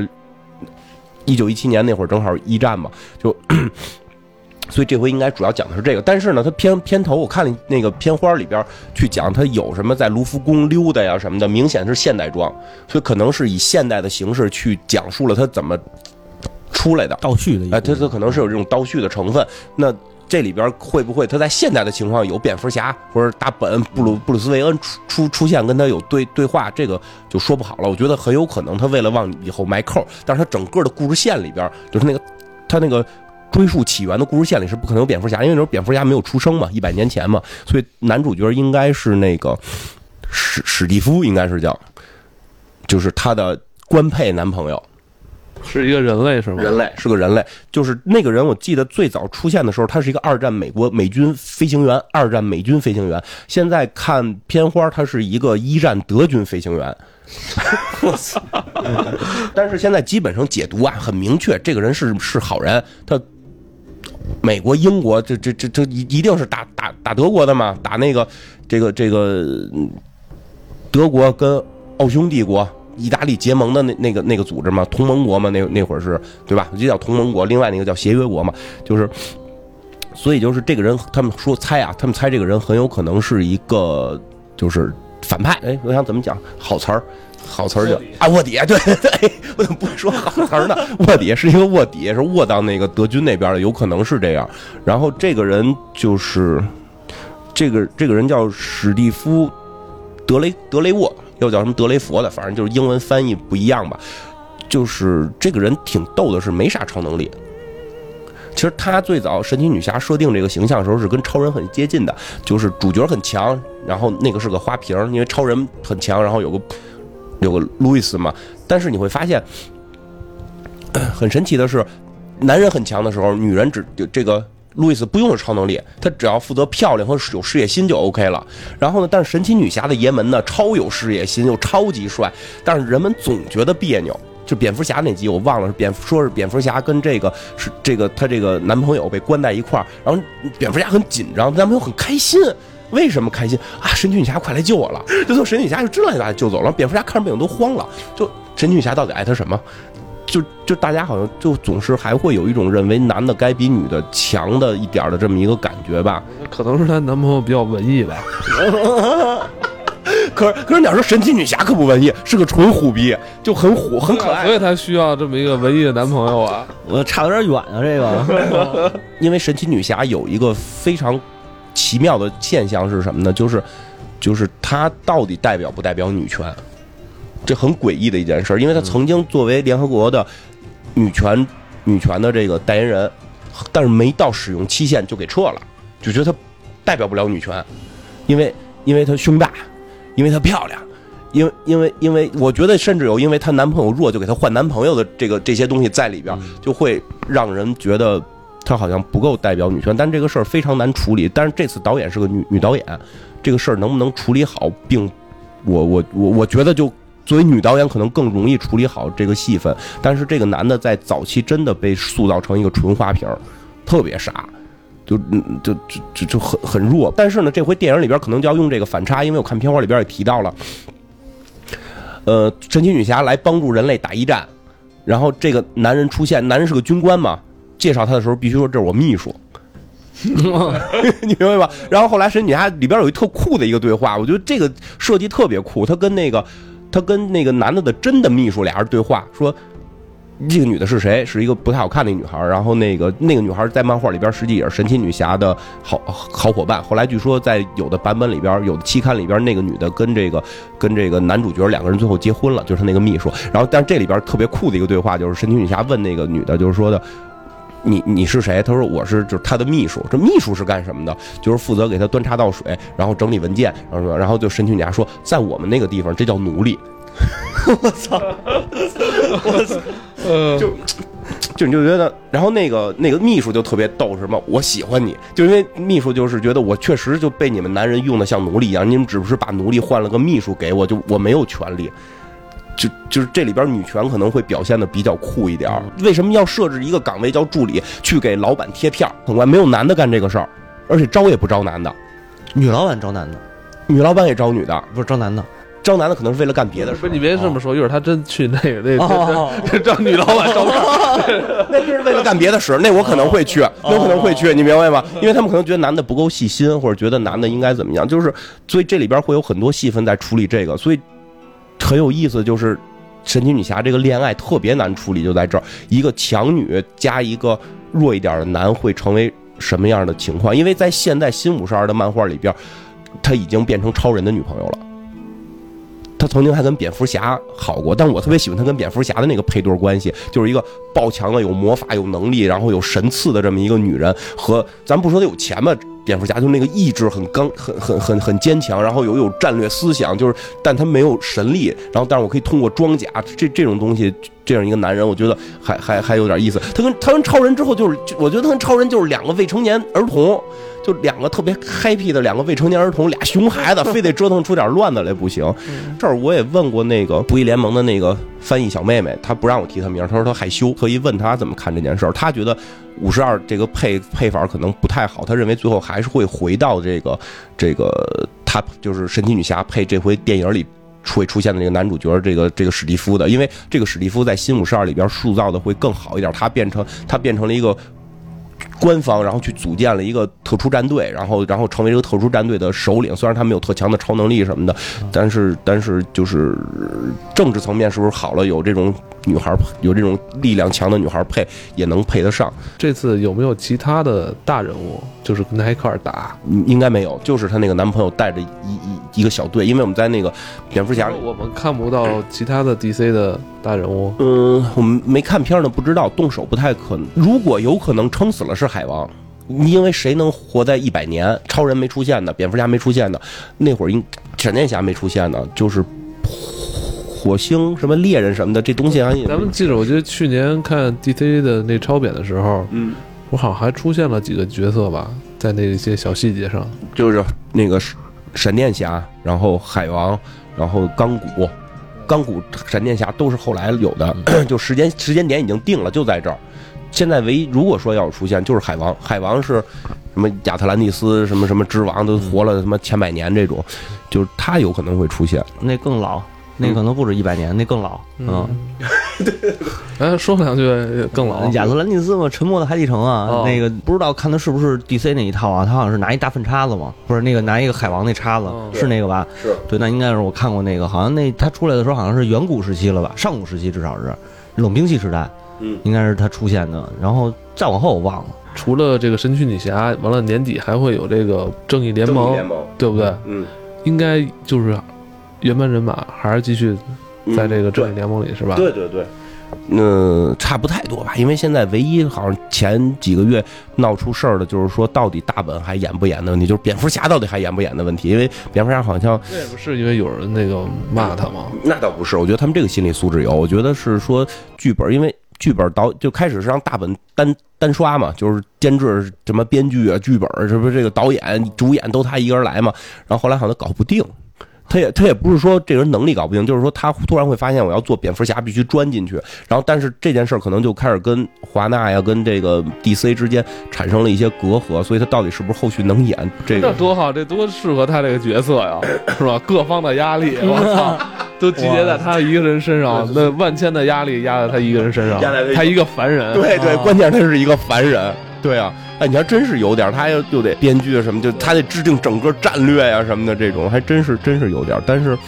1917年那会儿正好一战嘛，就所以这回应该主要讲的是这个。但是呢，他片头我看了那个片花里边去讲他有什么在卢浮宫溜达呀什么的，明显是现代装，所以可能是以现代的形式去讲述了他怎么出来的倒叙的一个， 他可能是有这种倒叙的成分。那这里边会不会他在现代的情况有蝙蝠侠或者大本布鲁斯韦恩出现跟他有对话，这个就说不好了。我觉得很有可能他为了往以后埋扣，但是他整个的故事线里边，就是他那个追溯起源的故事线里是不可能有蝙蝠侠，因为那时候蝙蝠侠没有出生嘛，100年前嘛，所以男主角应该是那个史蒂夫，应该是叫，就是他的官配男朋友。 是一个人类是吗？ 人类是个人类，就是那个人，我记得最早出现的时候，他是一个2战美军飞行员，2战美军飞行员。现在看片花，他是一个1战德军飞行员。我操！但是现在基本上解读啊很明确，这个人是好人。他美国、英国这一定是打德国的嘛，打那个这个德国跟奥匈帝国。意大利结盟的那个组织嘛，同盟国嘛，那会儿是对吧？我记得叫同盟国，另外那个叫协约国嘛，就是，所以就是这个人，他们猜这个人很有可能是一个就是反派。哎，我想怎么讲好词儿叫卧底，对，我怎么不会说好词儿呢？卧底是一个卧底，是卧到那个德军那边的，有可能是这样。然后这个人就是这个人叫史蒂夫德雷沃。又叫什么德雷佛的，反正就是英文翻译不一样吧。就是这个人挺逗的，是没啥超能力。其实他最早神奇女侠设定这个形象的时候是跟超人很接近的，就是主角很强，然后那个是个花瓶，因为超人很强，然后有个路易斯嘛。但是你会发现，很神奇的是，男人很强的时候，女人这个。路易斯不用超能力，他只要负责漂亮和有事业心就 OK 了。然后呢，但是神奇女侠的爷们呢，超有事业心又超级帅，但是人们总觉得别扭。就蝙蝠侠那集我忘了，说是蝙蝠侠跟他这个男朋友被关在一块儿，然后蝙蝠侠很紧张，男朋友很开心。为什么开心啊？神奇女侠快来救我了！就从神奇女侠就知道把他救走了，蝙蝠侠看着背影都慌了。就神奇女侠到底爱他什么？就大家好像就总是还会有一种认为男的该比女的强的一点的这么一个感觉吧？ 可能是她男朋友比较文艺吧。 可是你要说神奇女侠可不文艺，是个纯虎逼，就很虎很可爱， 所以她需要这么一个文艺的男朋友啊。 我差有点远啊，这个。 因为神奇女侠有一个非常奇妙的现象是什么呢？就是她到底代表不代表女权？这很诡异的一件事，因为他曾经作为联合国的女权的这个代言人，但是没到使用期限就给撤了，就觉得他代表不了女权，因为他胸大，因为他漂亮，因为我觉得甚至有因为她男朋友弱就给她换男朋友的这些东西在里边，就会让人觉得她好像不够代表女权。但这个事儿非常难处理，但是这次导演是个女导演，这个事儿能不能处理好，我觉得就。作为女导演可能更容易处理好这个戏份，但是这个男的在早期真的被塑造成一个纯花瓶，特别傻，就很弱。但是呢，这回电影里边可能就要用这个反差，因为我看片花里边也提到了，神奇女侠来帮助人类打一战，然后这个男人出现，男人是个军官嘛，介绍他的时候必须说这是我秘书。你明白吧？然后后来神奇女侠里边有一特酷的一个对话，我觉得这个设计特别酷，他跟那个男的真的秘书俩人对话，说这个女的是谁？是一个不太好看的女孩。然后那个女孩在漫画里边实际也是神奇女侠的好伙伴。后来据说在有的版本里边，有的期刊里边，那个女的跟这个男主角2个人最后结婚了，就是他那个秘书。然后但是这里边特别酷的一个对话，就是神奇女侠问那个女的，就是说的。你是谁？他说我是就是他的秘书。这秘书是干什么的？就是负责给他端茶倒水，然后整理文件，然后就神奇女侠说，在我们那个地方这叫奴隶。我操！就你就觉得，然后那个秘书就特别逗，什么我喜欢你，就因为秘书就是觉得我确实就被你们男人用的像奴隶一样，你们只是把奴隶换了个秘书给我，就我没有权利。就是这里边女权可能会表现的比较酷一点。为什么要设置一个岗位叫助理，去给老板贴片？很怪，没有男的干这个事儿，而且招也不招男的， 女老板招男的， 女老板也招女的， 不是招男的。 招男的可能是为了干别的事。 不是你别这么说，一会儿他真去那招女老板招那是为了干别的事，那我可能会去，你明白吗？因为他们可能觉得男的不够细心，或者觉得男的应该怎么样，就是所以这里边会有很多戏份在处理这个，所以很有意思。就是神奇女侠这个恋爱特别难处理，就在这儿，一个强女加一个弱一点的男会成为什么样的情况？因为在现在新52的漫画里边，他已经变成超人的女朋友了。他曾经还跟蝙蝠侠好过，但我特别喜欢他跟蝙蝠侠的那个配对关系，就是一个爆强的、有魔法、有能力，然后有神赐的这么一个女人，和咱不说他有钱吧，蝙蝠侠就那个意志很刚、很坚强，然后有战略思想，就是但他没有神力，然后但是我可以通过装甲这种东西，这样一个男人，我觉得还有点意思。他跟超人之后我觉得他跟超人就是2个未成年儿童。就2个特别 happy 的2个未成年儿童，俩熊孩子，非得折腾出点乱子来不行。这儿我也问过那个不义联盟的那个翻译小妹妹，她不让我提她名，她说她害羞，特意问她怎么看这件事儿。她觉得52这个配法可能不太好，她认为最后还是会回到这个她就是神奇女侠配这回电影里会出现的这个男主角这个史蒂夫的，因为这个史蒂夫在新52里边塑造的会更好一点，他变成了一个官方，然后去组建了一个特殊战队，然后成为这个特殊战队的首领。虽然他没有特强的超能力什么的，但是就是政治层面是不是好了？有这种女孩，有这种力量强的女孩配也能配得上。 这次有没有其他的大人物，就是跟他一块儿打？ 应该没有，就是她那个男朋友带着一个小队，因为我们在那个蝙蝠侠里， 我们看不到其他的 DC 的大人物。 我们没看片呢，不知道，动手不太可能。如果有可能撑死了是海王，因为谁能活在100年？超人没出现的，蝙蝠侠没出现的，那会儿闪电侠没出现的，就是火星什么猎人什么的，这东西咱们记着，我觉得去年看 DC 的那超扁的时候，我好像还出现了几个角色吧，在那些小细节上， 就是那个闪电侠，然后海王，然后钢骨、闪电侠都是后来有的，就时间点已经定了，就在这儿。现在唯一如果说要有出现，就是海王是什么亚特兰蒂斯什么之王，都活了什么千百年这种，就是他有可能会出现。 那更老，那可能不止100年，那更老。 哎，说两句更老。 亚特兰蒂斯嘛，沉默的海底城啊，那个不知道看的是不是 DC 那一套啊？他好像是拿一大粪叉子嘛，不是那个拿一个海王那叉子，是那个吧？ 是对，那应该是我看过那个，好像那他出来的时候好像是远古时期了吧，上古时期至少是冷兵器时代。应该是他出现的，然后再往后我忘了。 除了这个神奇女侠，完了年底还会有这个正义联盟，对不对？应该就是原班人马，还是继续在这个正义联盟里，是吧？ 对。差不太多吧，因为现在唯一好像前几个月闹出事儿的，就是说到底大本还演不演的问题，就是蝙蝠侠到底还演不演的问题。因为蝙蝠侠好像那也不是因为有人那个骂他吗？ 那倒不是，我觉得他们这个心理素质有，我觉得是说剧本，因为剧本就开始是让大本单刷嘛，就是监制什么编剧啊、剧本什么这个导演、主演都他一个人来嘛，然后后来好像搞不定。他也不是说这人能力搞不定，就是说他突然会发现我要做蝙蝠侠必须钻进去，然后但是这件事可能就开始跟华纳呀跟这个 DC 之间产生了一些隔阂，所以他到底是不是后续能演这个？ 这多好，这多适合他这个角色呀，是吧？各方的压力，我操，都集结在他一个人身上，那万千的压力压在他一个人身上，他一个凡人， 对，关键他是一个凡人，对啊。哎，你还真是有点，他又得编剧什么，就他得制定整个战略呀什么的，这种还真是有点。但是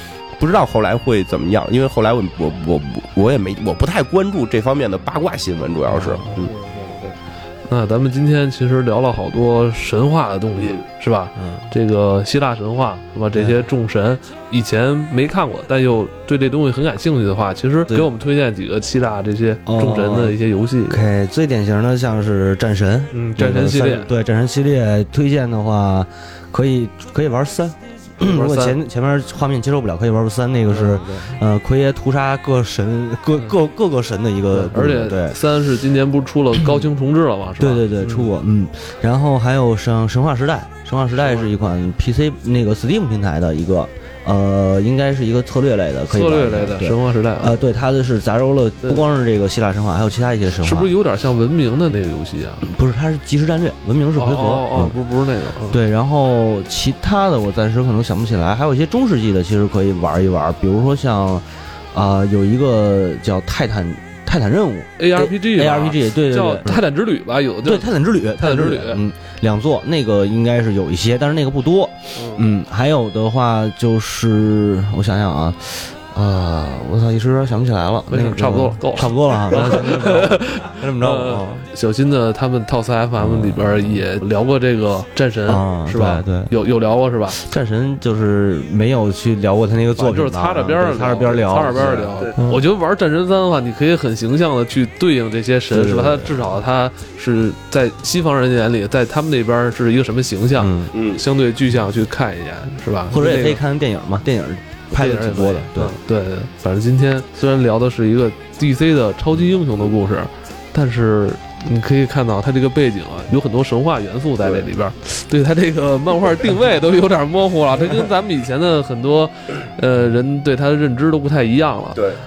不知道后来会怎么样，因为后来我也没我不太关注这方面的八卦新闻，主要是那咱们今天其实聊了好多神话的东西，是吧？这个希腊神话是吧？这些众神以前没看过，但又对这东西很感兴趣的话，其实给我们推荐几个希腊这些众神的一些游戏。 OK， 最典型的像是战神， 战神系列， 对战神系列推荐的话，可以玩3。如果前面画面接受不了，可以玩3，那个是奎爷屠杀各神各个神的一个， 而且对 3是今年不是出了高清重置了吗？是吧？ 对出过，然后还有像神话时代是一款 PC 那个 Steam 平台的一个。应该是一个策略类的，可以策略类的神话时代对，它的是杂糅了不光是这个希腊神话，还有其他一些神话。 是不是有点像文明的那个游戏啊？ 不是，它是即时战略，文明是回合。 不是那个。 对，然后其他的我暂时可能想不起来，还有一些中世纪的，其实可以玩一玩，比如说像有一个叫泰坦任务 ARPG 对叫泰坦之旅吧，有的对泰坦之旅2座那个应该是有一些，但是那个不多。还有的话就是我想想啊，我操，一时想不起来了。那个差不多了，够了， 差不多了哈。那这么着， 小新的他们套赛 FM 里边也聊过这个战神，是吧？ 对， 有聊过是吧？ 战神就是没有去聊过他那个作品， 就是擦着边聊。我觉得玩战神3的话，你可以很形象的去对应这些神，是吧？他至少他是在西方人眼里，在他们那边是一个什么形象？相对具象去看一眼，是吧？ 或者也可以看电影嘛，电影拍的挺多的。 对，反正今天虽然聊的是一个 DC 的超级英雄的故事，但是你可以看到它这个背景有很多神话元素在这里边，对它这个漫画定位都有点模糊了，这跟咱们以前的很多人对它的认知都不太一样了。 对，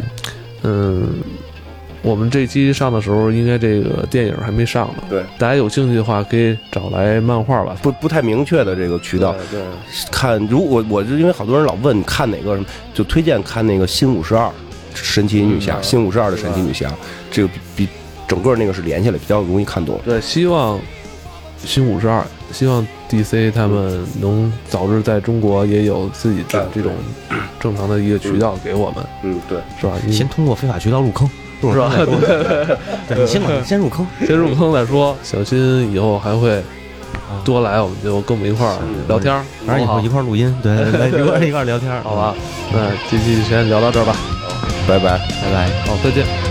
我们这期上的时候，应该这个电影还没上呢。 对， 大家有兴趣的话，可以找来漫画吧。 不太明确的这个渠道。对，看如果我就因为好多人老问看哪个什么，就推荐看那个新52神奇女侠，新52的神奇女侠，这个比整个那个是连起来比较容易看懂。 对，希望新52，希望 DC 他们能早日在中国也有自己的这种正常的一个渠道给我们。 对， 是吧？ 先通过非法渠道入坑。 是吧？ 对，先入坑， 先入坑再说。小新以后还会多来，我们就跟我们一块儿聊天， 反正以后一块儿录音，对，一块儿聊天， 好吧？那这期先聊到这儿吧， 拜拜， 好，再见。